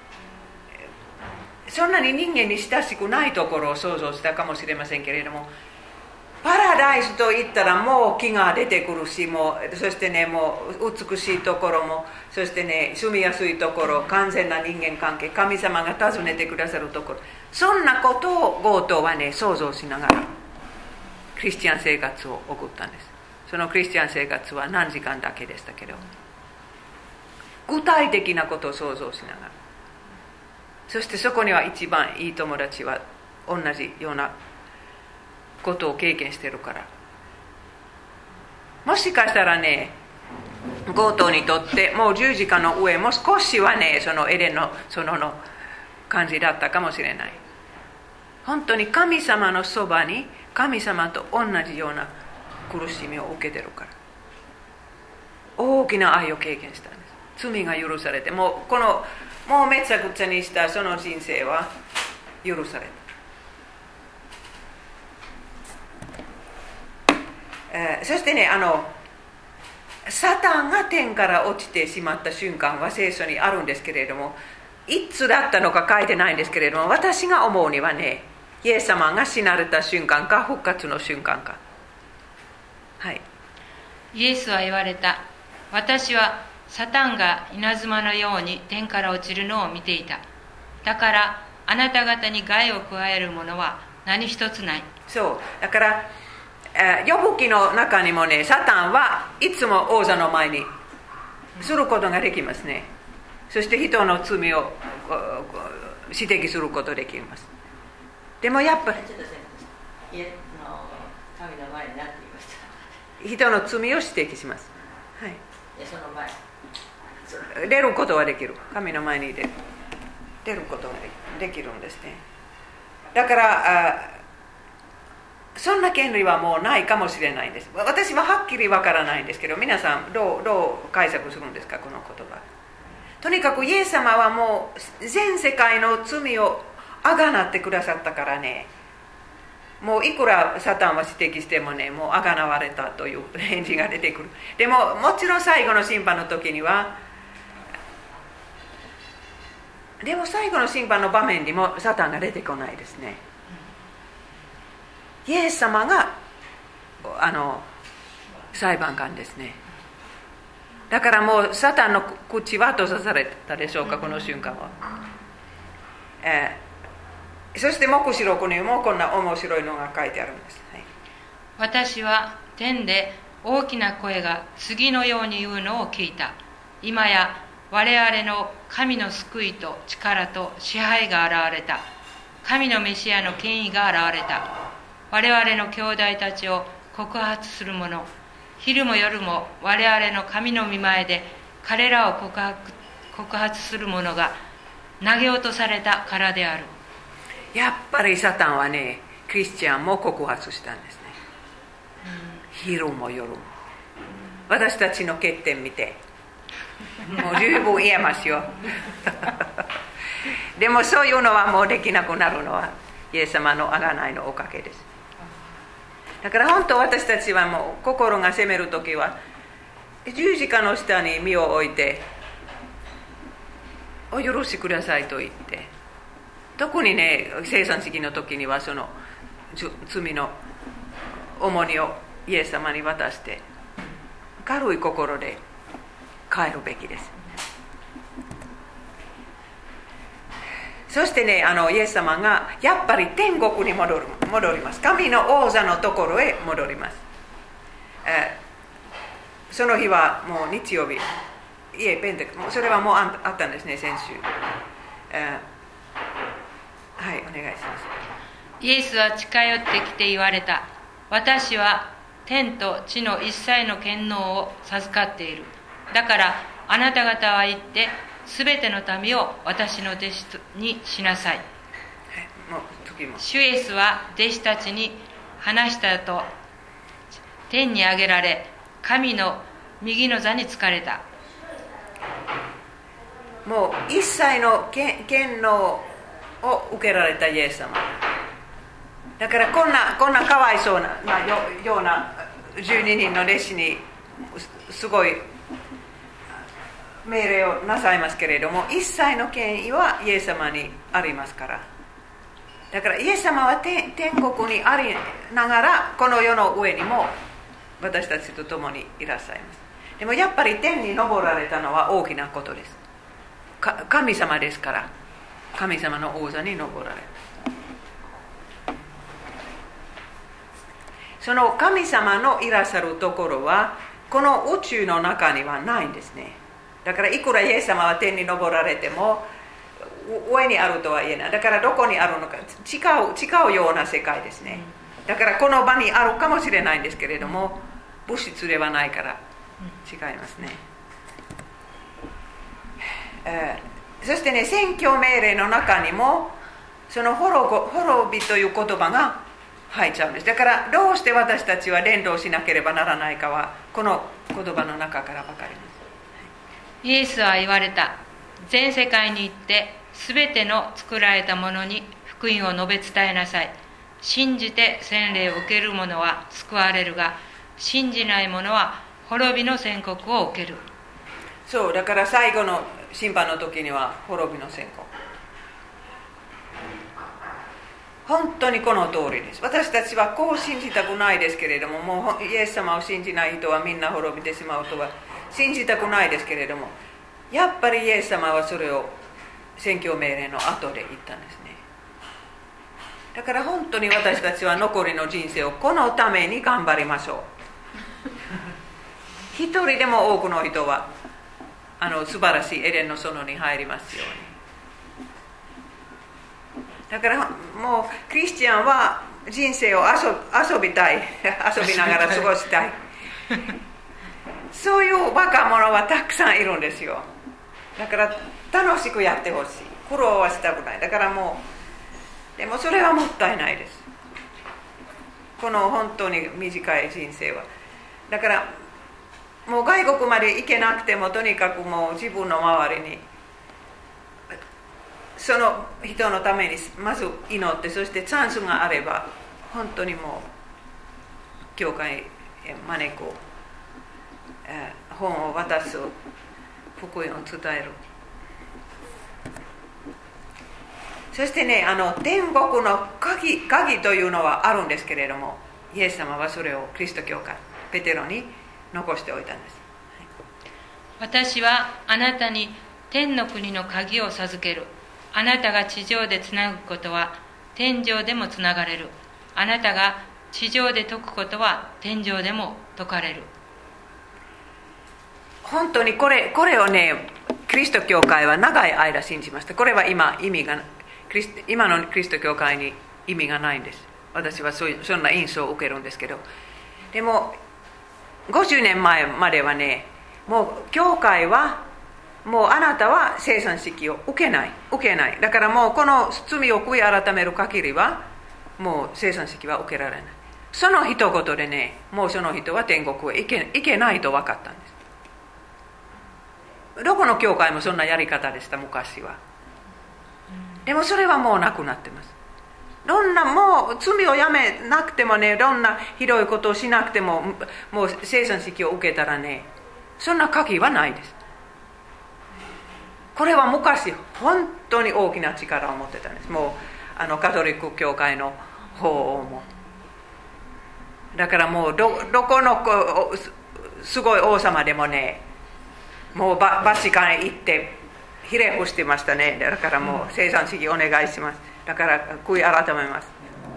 そんなに人間に親しくないところを想像したかもしれませんけれども、パラダイスといったらもう木が出てくるし、そしてね、もう美しいところも、そしてね、住みやすいところ、完全な人間関係、神様が訪ねてくださるところ、そんなことを強盗はね、想像しながらクリスチャン生活を送ったんです。そのクリスチャン生活は何時間だけでしたけど、具体的なことを想像しながら、そしてそこには一番いい友達は同じようなことを経験してるから、もしかしたらね、強盗にとってもう十字架の上も少しはね、そのエデンの園の感じだったかもしれない。本当に神様のそばに神様と同じような苦しみを受けてるから、大きな愛を経験したんです。罪が許されて、もうめちゃくちゃにしたその人生は許された。そしてね、サタンが天から落ちてしまった瞬間は聖書にあるんですけれども、いつだったのか書いてないんですけれども、私が思うにはね、イエス様が死なれた瞬間か復活の瞬間か。はい。 イエスは言われた。私はサタンが稲妻のように天から落ちるのを見ていた。だからあなた方に害を加えるものは何一つない。 そうだから呼ぶ記の中にもね、サタンはいつも王座の前にすることができますね。そして人の罪を指摘することができます。でもやっぱり神の前になっていました。 人の罪を指摘します。はい。 その前出ることはできる。神の前に出ることができるんですね。だからそんな権利はもうないかもしれないんです。私ははっきりわからないんですけど、皆さんどう解釈するんですか、この言葉。とにかくイエス様はもう全世界の罪をあがなってくださったからね、もういくらサタンは指摘してもね、もうあがなわれたという返事が出てくる。でももちろん最後の審判の時には、でも最後の審判の場面にもサタンが出てこないですね。イエス様が裁判官ですね。だからもうサタンの口は閉ざされたでしょうか、この瞬間は。そして黙示録にもこんな面白いのが書いてあるんです、はい。 私は天で大きな声が次のように言うのを聞いた。今や我々の神の救いと力と支配が現れた。神のメシアの権威が現れた。我々の兄弟たちを告発する者、昼も夜も我々の神の御前で彼らを告発する者が投げ落とされたからである。 やっぱりサタンはね、クリスチャンも告発したんですね。昼も夜も。 私たちの欠点見てもう十分言えますよでもそういうのはもうできなくなるのはイエス様の贖いのおかげです。だから本当私たちはもう心が責めるときは十字架の下に身を置いてお許しくださいと言って、特にね生産式の時にはその罪の重荷をイエス様に渡して軽い心で帰るべきです。そしてねイエス様がやっぱり天国に戻ります。神の王座のところへ戻ります。その日はもう日曜日、ペンテコステ、それはもうあったんですね、先週。はい、お願いします。 イエスは近寄ってきて言われた。私は天と地の一切の権能を授かっている。だからあなた方は行ってすべての民を私の弟子にしなさい。主イエスは弟子たちに話した後、天に上げられ神の右の座につかれた。 もう一切の権能を受けられたイエス様だから、こんなかわいそうなような12人の弟子にすごい命令をなさいますけれども、一切の権威はイエス様にありますから。だからイエス様は天国にありながらこの世の上にも私たちと共にいらっしゃいます。でもやっぱり天に昇られたのは大きなことです。神様ですから、神様の王座に昇られた。その神様のいらっしゃるところはこの宇宙の中にはないんですね。だからいくらイエス様は天に昇られても上にあるとは言えない。だからどこにあるのか違うような世界ですね。だからこの場にあるかもしれないんですけれども、物質ではないから違いますね。そしてね、宣教命令の中にもその滅びという言葉が入っちゃうんです。だからどうして私たちは伝道しなければならないかはこの言葉の中から分かります。 イエスは言われた。全世界に行ってすべての作られたものに福音を述べ伝えなさい。信じて洗礼を受ける者は救われるが、信じない者は滅びの宣告を受ける。 そうだから最後の審判の時には滅びの宣告。本当にこの通りです。私たちはこう信じたくないですけれども、もうイエス様を信じない人はみんな滅びてしまうとは信じたくないですけれども、やっぱりイエス様はそれを宣教命令の後で言ったんですね。だから本当に私たちは残りの人生をこのために頑張りましょう。一人でも多くの人は素晴らしいエデンの園に入りますように。だからもうクリスチャンは人生を遊びたい遊びながら過ごしたいそういう若者はたくさんいるんですよ。だから楽しくやってほしい。苦労はしたくない。だからもうでもそれはもったいないです。この本当に短い人生は。だからもう外国まで行けなくてもとにかくもう自分の周りにその人のためにまず祈って、そしてチャンスがあれば本当にもう教会へ招く、本を渡す、福音を伝える。そしてね、天国の鍵というのはあるんですけれども、イエス様はそれをキリスト教会ペテロに残しておいたんです。 私はあなたに天の国の鍵を授ける。あなたが地上でつなぐことは天上でもつながれる。あなたが地上で解くことは天上でも解かれる。 本当にこれをね、キリスト教会は長い間信じました。これは今のキリスト教会に意味がないんです。私はそんな印象を受けるんですけど、でも50年前まではね、もう教会はもうあなたは生産式を受けない。だからもうこの罪を悔い改める限りはもう生産式は受けられない。 その一言でね、もうその人は天国へ行けないと分かったんです。どこの教会もそんなやり方でした、昔は。でもそれはもうなくなってます。どんなもう罪をやめなくてもね、どんなひどいことをしなくても、もう生産式を受けたらね、そんな鍵はないです。これは昔本当に大きな力を持ってたんです。もうカトリック教会の法王も。だからもう どこのすごい王様でもね、もうバチカンへ行ってひれ伏してましたね。だからもう生産式お願いします。だから悔い改めます。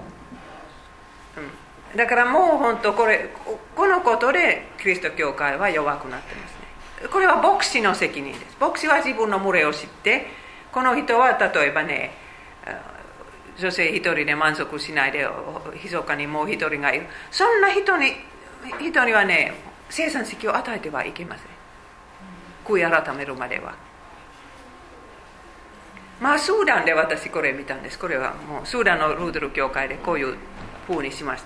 だからもう本当このことでキリスト教会は弱くなってますね。これは牧師の責任です。牧師は自分の群れを知って、この人は例えばね、女性一人で満足しないで密かにもう一人がいる、そんな人にはね、生産式を与えてはいけません。悔い改めるまでは。まあスーダンで私これ見たんです。これはもうスーダンのルードル教会でこういう風にしました。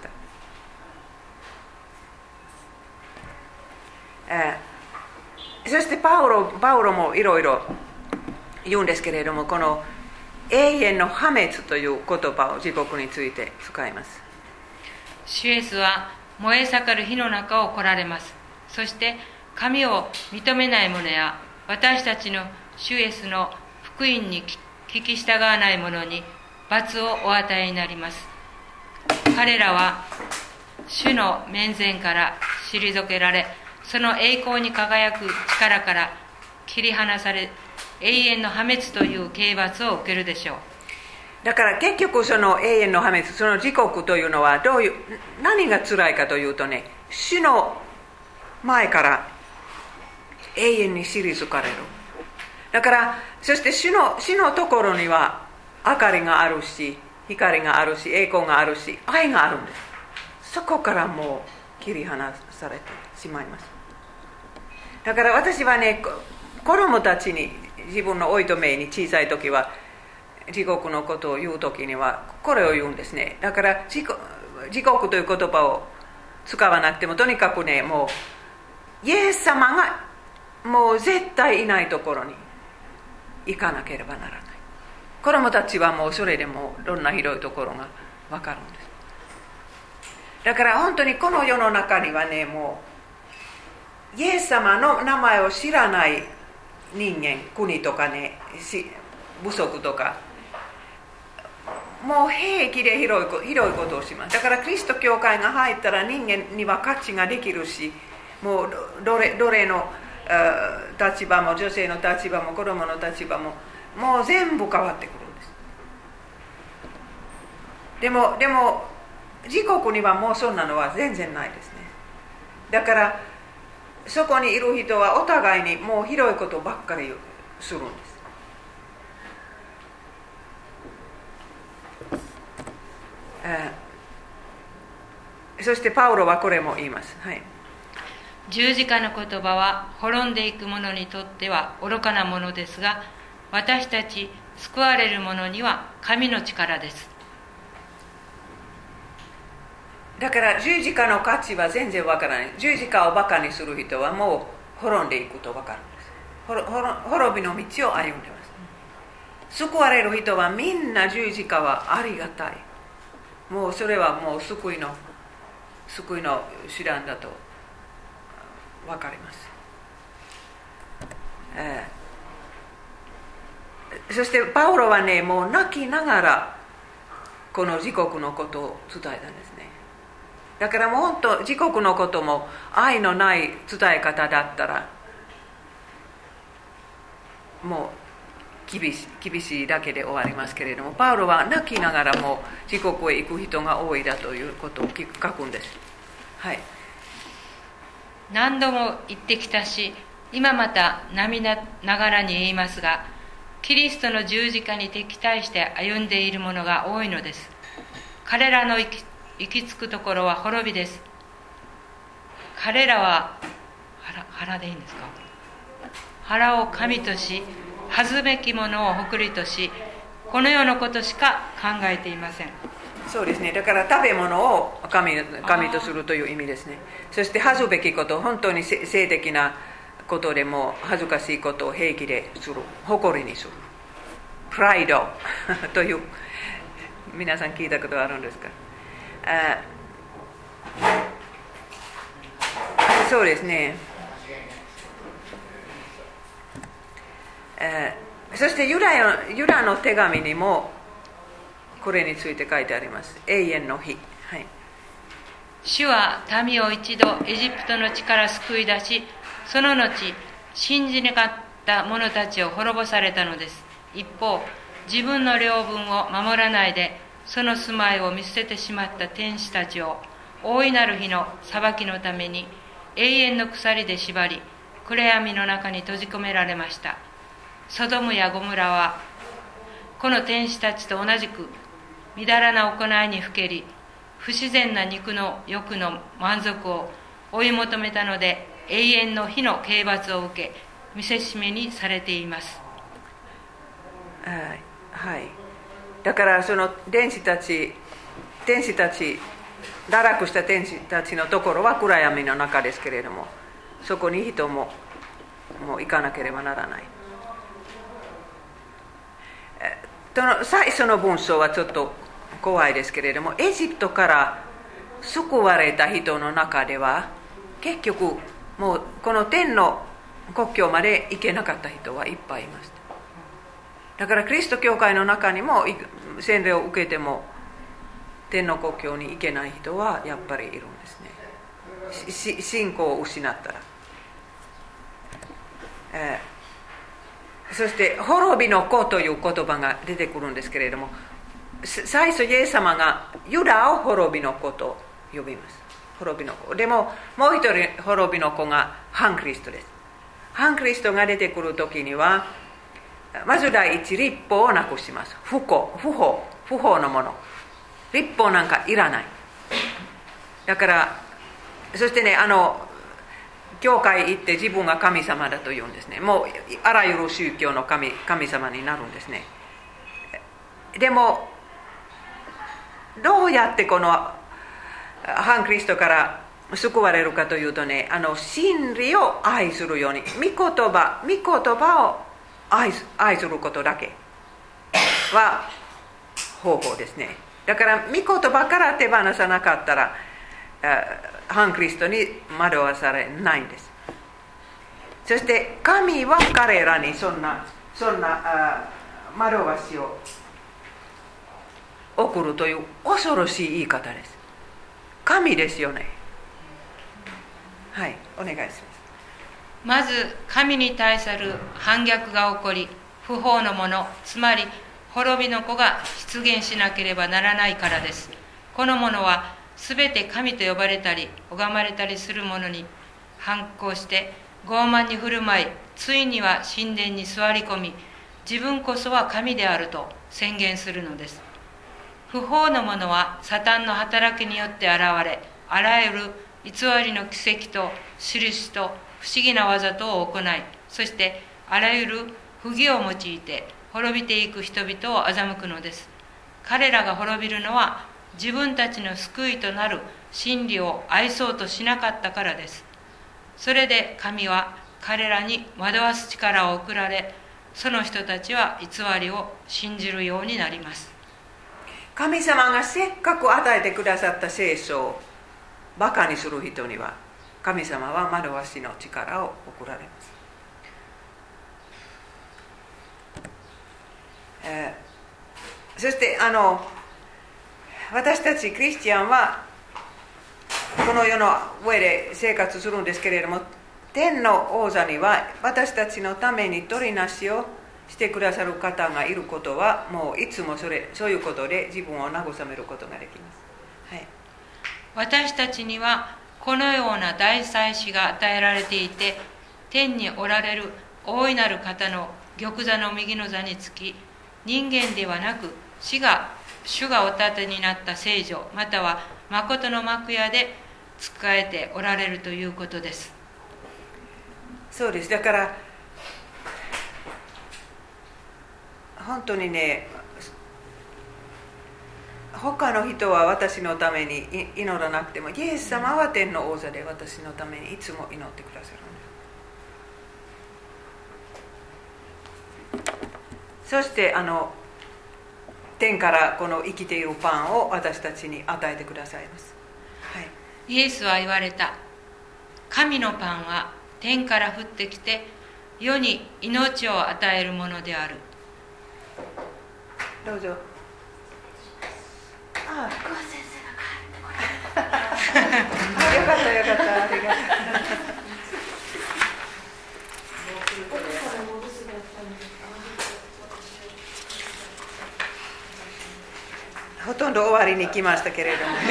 そしてパウロもいろいろ言うんですけれども、この永遠の破滅という言葉を地獄について使います。 主イエスは燃え盛る火の中を来られます。そして神を認めない者や私たちの主イエスの福音に聞き従わない者に罰をお与えになります。彼らは主の面前から退けられ、その栄光に輝く力から切り離され、永遠の破滅という刑罰を受けるでしょう。 だから結局その永遠の破滅、その地獄というのは何が辛いかというとね、主の前から永遠に退かれる。だからそして主のところには明かりがあるし、光があるし、栄光があるし、愛があるんです。そこからもう切り離されてしまいます。だから私はね、子供たちに、自分のおいとめに小さい時は地獄のことを言う時にはこれを言うんですね。だから地獄という言葉を使わなくても、とにかくね、もうイエス様がもう絶対いないところに行かなければならない。子供たちはもうそれでもどんなひどいところが分かるんです。だから本当にこの世の中にはね、もうイエス様の名前を知らない人間、国とかね、部族とか、もう平気でひどいことをします。だからキリスト教会が入ったら人間には価値ができるし、もうどれの立場も、女性の立場も子供の立場ももう全部変わってくるんです。でも自国にはもうそんなのは全然ないですね。だからそこにいる人はお互いにもうひどいことばっかりするんです。そしてパウロはこれも言います。はい。 十字架の言葉は滅んでいく者にとっては愚かなものですが、私たち救われる者には神の力です。 だから十字架の価値は全然わからない。十字架をバカにする人はもう滅んでいくとわかるんです。滅びの道を歩んでます。救われる人はみんな十字架はありがたい。もうそれはもう救いの手段だとわかります。そしてパウロはね、もう泣きながらこの自国のことを伝えたんですね。だからもう本当自国のことも愛のない伝え方だったらもう厳しいだけで終わりますけれども、パウロは泣きながらも自国へ行く人が多いだということを書くんです。はい。 何度も言ってきたし、今また涙ながらに言いますが、キリストの十字架に敵対して歩んでいる者が多いのです。彼らの行き着くところは滅びです。彼らは腹でいいんですか？腹を神とし、恥ずべきものを誇りとし、この世のことしか考えていません。 そうですね。だから食べ物を神とするという意味ですね。そして恥ずべきこと、本当に性的なことでも恥ずかしいことを平気でする、誇りにする、プライドという、皆さん聞いたことあるんですか？そうですね。そしてユダの手紙にもこれについて書いてあります。永遠の日。はい、 主は民を一度エジプトの地から救い出し、その後信じなかった者たちを滅ぼされたのです。一方、自分の領分を守らないでその住まいを見捨ててしまった天使たちを大いなる日の裁きのために永遠の鎖で縛り、暗闇の中に閉じ込められました。ソドムやゴムラはこの天使たちと同じくみだらな行いにふけり、不自然な肉の欲の満足を追い求めたので、永遠の火の刑罰を受け見せしめにされています。 はい、だからその天使たち堕落した天使たちのところは暗闇の中ですけれども、そこに人もう行かなければならない。最初の文章はちょっと怖いですけれども、エジプトから救われた人の中では結局もうこの天の国境まで行けなかった人はいっぱいいました。だからキリスト教会の中にも洗礼を受けても天の国境に行けない人はやっぱりいるんですね。信仰を失ったら、そして滅びの子という言葉が出てくるんですけれども、最初イエス様がユダを滅びの子と呼びます。滅びの子でも、もう一人滅びの子が反キリストです。反キリストが出てくるときには、まず第一、律法をなくします。不法のもの、律法なんかいらない。だからそしてね、教会行って自分が神様だと言うんですね。もうあらゆる宗教の神様になるんですね。でもどうやってこの反キリストから救われるかというとね、真理を愛するように、御言葉を愛することだけは方法ですね。だから御言葉から手放さなかったら反キリストに惑わされないんです。そして神は彼らにそんな惑わしを送るという恐ろしい言い方です。神ですよね。はい、お願いします。 まず神に対する反逆が起こり、不法のもの、つまり滅びの子が出現しなければならないからです。このものはすべて神と呼ばれたり拝まれたりするものに反抗して傲慢に振る舞い、ついには神殿に座り込み、自分こそは神であると宣言するのです。不法のものはサタンの働きによって現れ、あらゆる偽りの奇跡と印と不思議な技とを行い、そしてあらゆる不義を用いて滅びていく人々を欺くのです。彼らが滅びるのは自分たちの救いとなる真理を愛そうとしなかったからです。それで神は彼らに惑わす力を送られ、その人たちは偽りを信じるようになります。 神様がせっかく与えてくださった聖書をバカにする人には、神様は惑わしの力を送られます。そして私たちクリスチャンはこの世の上で生活するんですけれども、天の王座には私たちのために取りなしをしてくださる方がいることは、もういつもそういうことで自分を慰めることができます。はい、 私たちにはこのような大祭司が与えられていて、天におられる大いなる方の玉座の右の座につき、人間ではなく主がお立てになった聖女、または誠の幕屋で仕えておられるということです。 そうです。だから本当にね、 他の人は私のために祈らなくても、イエス様は天の王座で私のためにいつも祈ってくださるんです。そして天からこの生きているパンを私たちに与えてくださいます。はい、 イエスは言われた。神のパンは天から降ってきて世に命を与えるものである。 どうぞ。 久保先生が帰ってこられよかったよかった、ありがとう。ほとんど終わりに来ましたけれどももう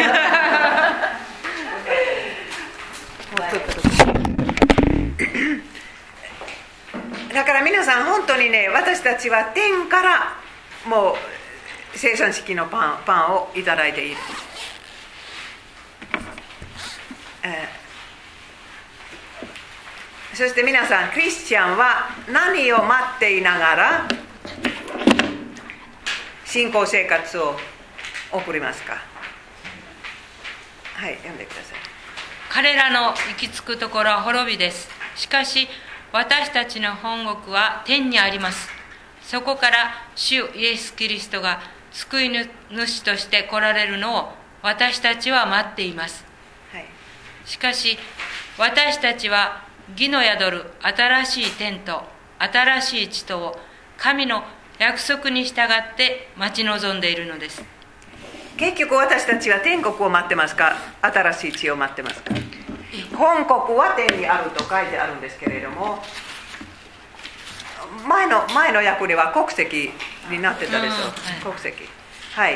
ちょっとだから皆さん本当にね、私たちは天からもう生産式のパンをいただいている。そして皆さん、クリスチャンは何を待っていながら信仰生活を送りますか。はい、読んでください。 彼らの行き着くところは滅びです。しかし私たちの本国は天にあります。そこから主イエス・キリストが救い主として来られるのを私たちは待っています。 はい、 しかし私たちは義の宿る新しい天と新しい地とを神の約束に従って待ち望んでいるのです。 結局私たちは天国を待ってますか、新しい地を待ってますか。本国は天にあると書いてあるんですけれども、前の訳では国籍になってたでしょう、はい、国籍。はい、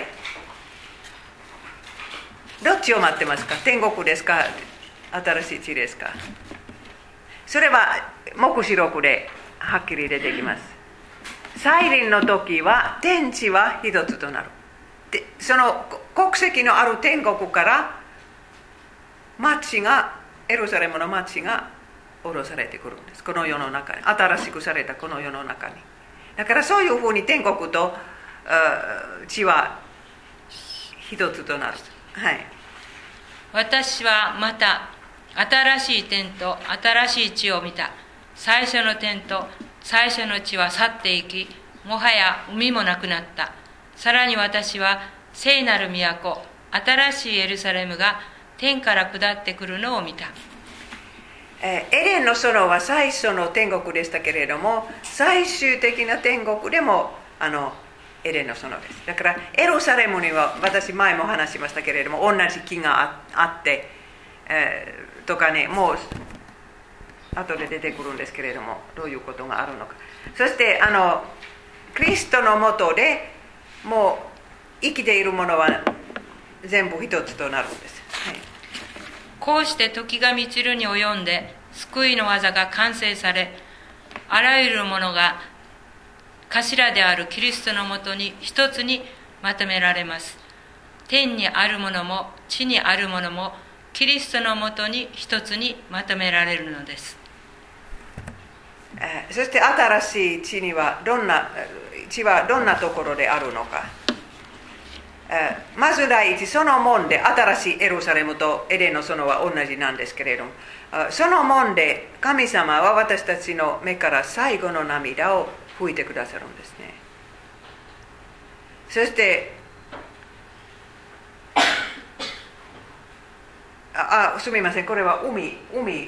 どっちを待ってますか。天国ですか、新しい地ですか。それは黙示録ではっきり出てきます。再臨の時は天地は一つとなる。でその国籍のある天国から町が、エルサレムの町が下ろされてくるんです。この世の中に、新しくされたこの世の中に。だからそういうふうに天国と地は一つとなる。はい、 私はまた新しい天と新しい地を見た。最初の天と最初の地は去っていき、もはや海もなくなった。さらに私は聖なる都、新しいエルサレムが天から下ってくるのを見た。 エデンの園は最初の天国でしたけれども、最終的な天国でもエデンの園です。だからエルサレムには、私前も話しましたけれども、同じ木があって、とかね、もう後で出てくるんですけれども、どういうことがあるのか。そしてキリストのもとでもう生きているものは全部一つとなるんです。はい、 こうして時が満ちるに及んで救いの技が完成され、あらゆるものが頭であるキリストのもとに一つにまとめられます。天にあるものも地にあるものもキリストのもとに一つにまとめられるのです。 そして新しい地はどんなところであるのか。まず第一、その門で、新しいエルサレムとエデンの園は同じなんですけれども、その門で神様は私たちの目から最後の涙を拭いてくださるんですね。そしてすみません、これは海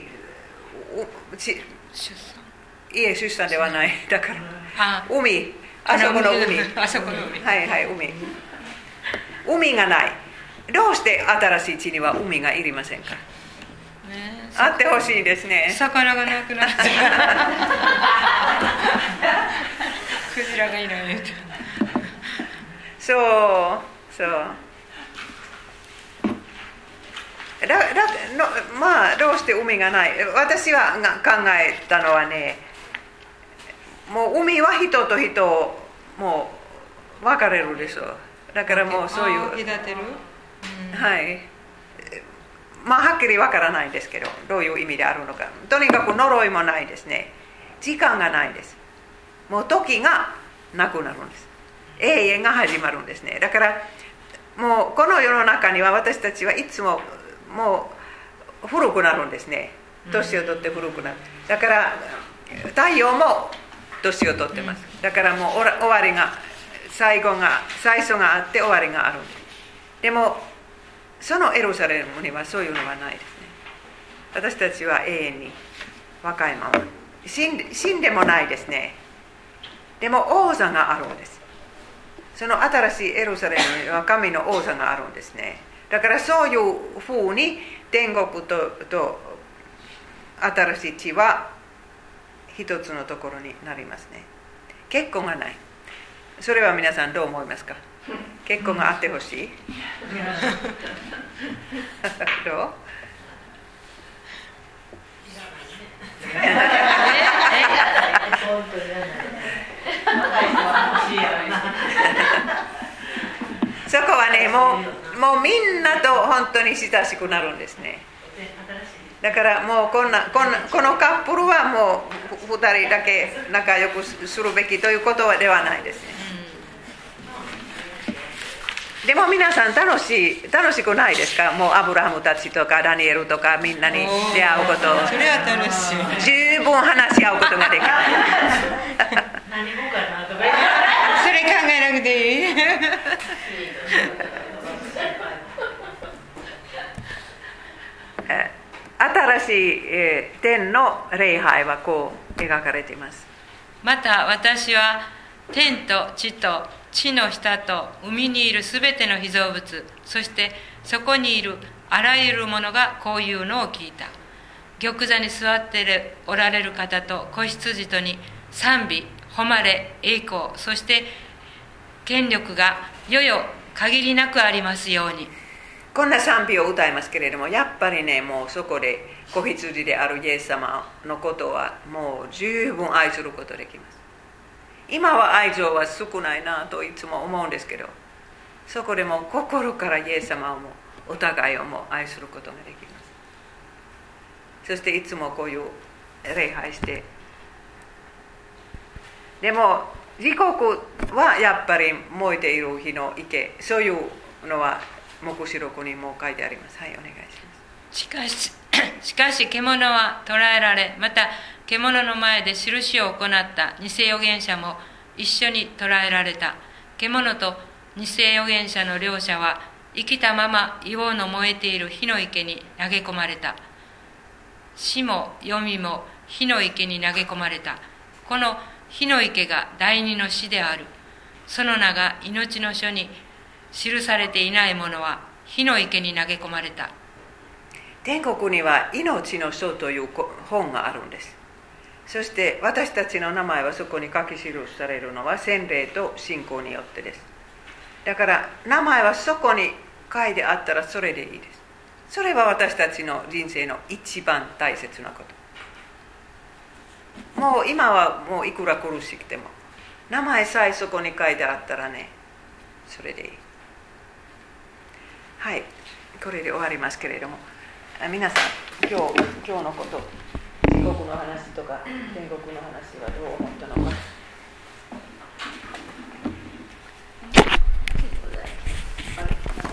出産ではない、だから海、あそこの海、はいはい、海がない。どうして新しい地には海がいりませんか。あってほしいですね。 魚がなくなっちゃう。クジラがいない。 そうまあどうして海がない。私は考えたのはね、もう海は人と人をもう分かれるでしょう。だからもうそういう、 隔てる、 はい、まあはっきり分からないですけど、どういう意味であるのか。とにかく呪いもないですね。時間がないです。もう時がなくなるんです。永遠が始まるんですね。だからもうこの世の中には私たちはいつももう古くなるんですね。年を取って古くなる。だから太陽も年を取ってます。だからもう終わりが最初があって終わりがある。でもそのエルサレムにはそういうのはないですね。私たちは永遠に若いまま死んでもないですね。でも王座があるんです。その新しいエルサレムには神の王座があるんですね。だからそういうふうに天国と新しい地は一つのところになりますね。結婚がない。それは皆さんどう思いますか？結婚があってほしい？どう？そこはね、もうみんなと本当に親しくなるんですね。だからもうこのカップルはもう2人だけ仲良くするべきということではないですね。でも皆さん楽しくないですか？もうアブラハムたちとかダニエルとかみんなに出会うこと、 それは楽しい。 十分話し合うことができる。 何語かなとかそれ考えなくていい。 新しい天の礼拝はこう描かれています。 また私は天と地と地の下と海にいるすべての被造物、そしてそこにいるあらゆるものがこういうのを聞いた。玉座に座っておられる方と子羊とに賛美、誉れ、栄光、そして権力が世々限りなくありますように。 こんな賛美を歌いますけれども、やっぱりね、もうそこで子羊であるイエス様のことはもう十分愛することができます。今は愛情は少ないなといつも思うんですけど、そこでも心からイエス様をもお互いをも愛することができます。そしていつもこういう礼拝して、でも時刻はやっぱり燃えている火の池、そういうのは黙示録にも書いてあります。はい、お願いします。 しかし獣は捕らえられ、また獣の前で印を行った偽預言者も一緒に捕らえられた。獣と偽預言者の両者は生きたまま硫黄の燃えている火の池に投げ込まれた。死も黄泉も火の池に投げ込まれた。この火の池が第二の死である。その名が命の書に記されていないものは火の池に投げ込まれた。 天国には命の書という本があるんです。そして私たちの名前はそこに書き記されるのは洗礼と信仰によってです。だから名前はそこに書いてあったらそれでいいです。それは私たちの人生の一番大切なこと。もう今はもういくら苦しくても名前さえそこに書いてあったらね、それでいい。はい、これで終わりますけれども、皆さん今日のこと、地獄の話とか天国の話はどう思ったのか。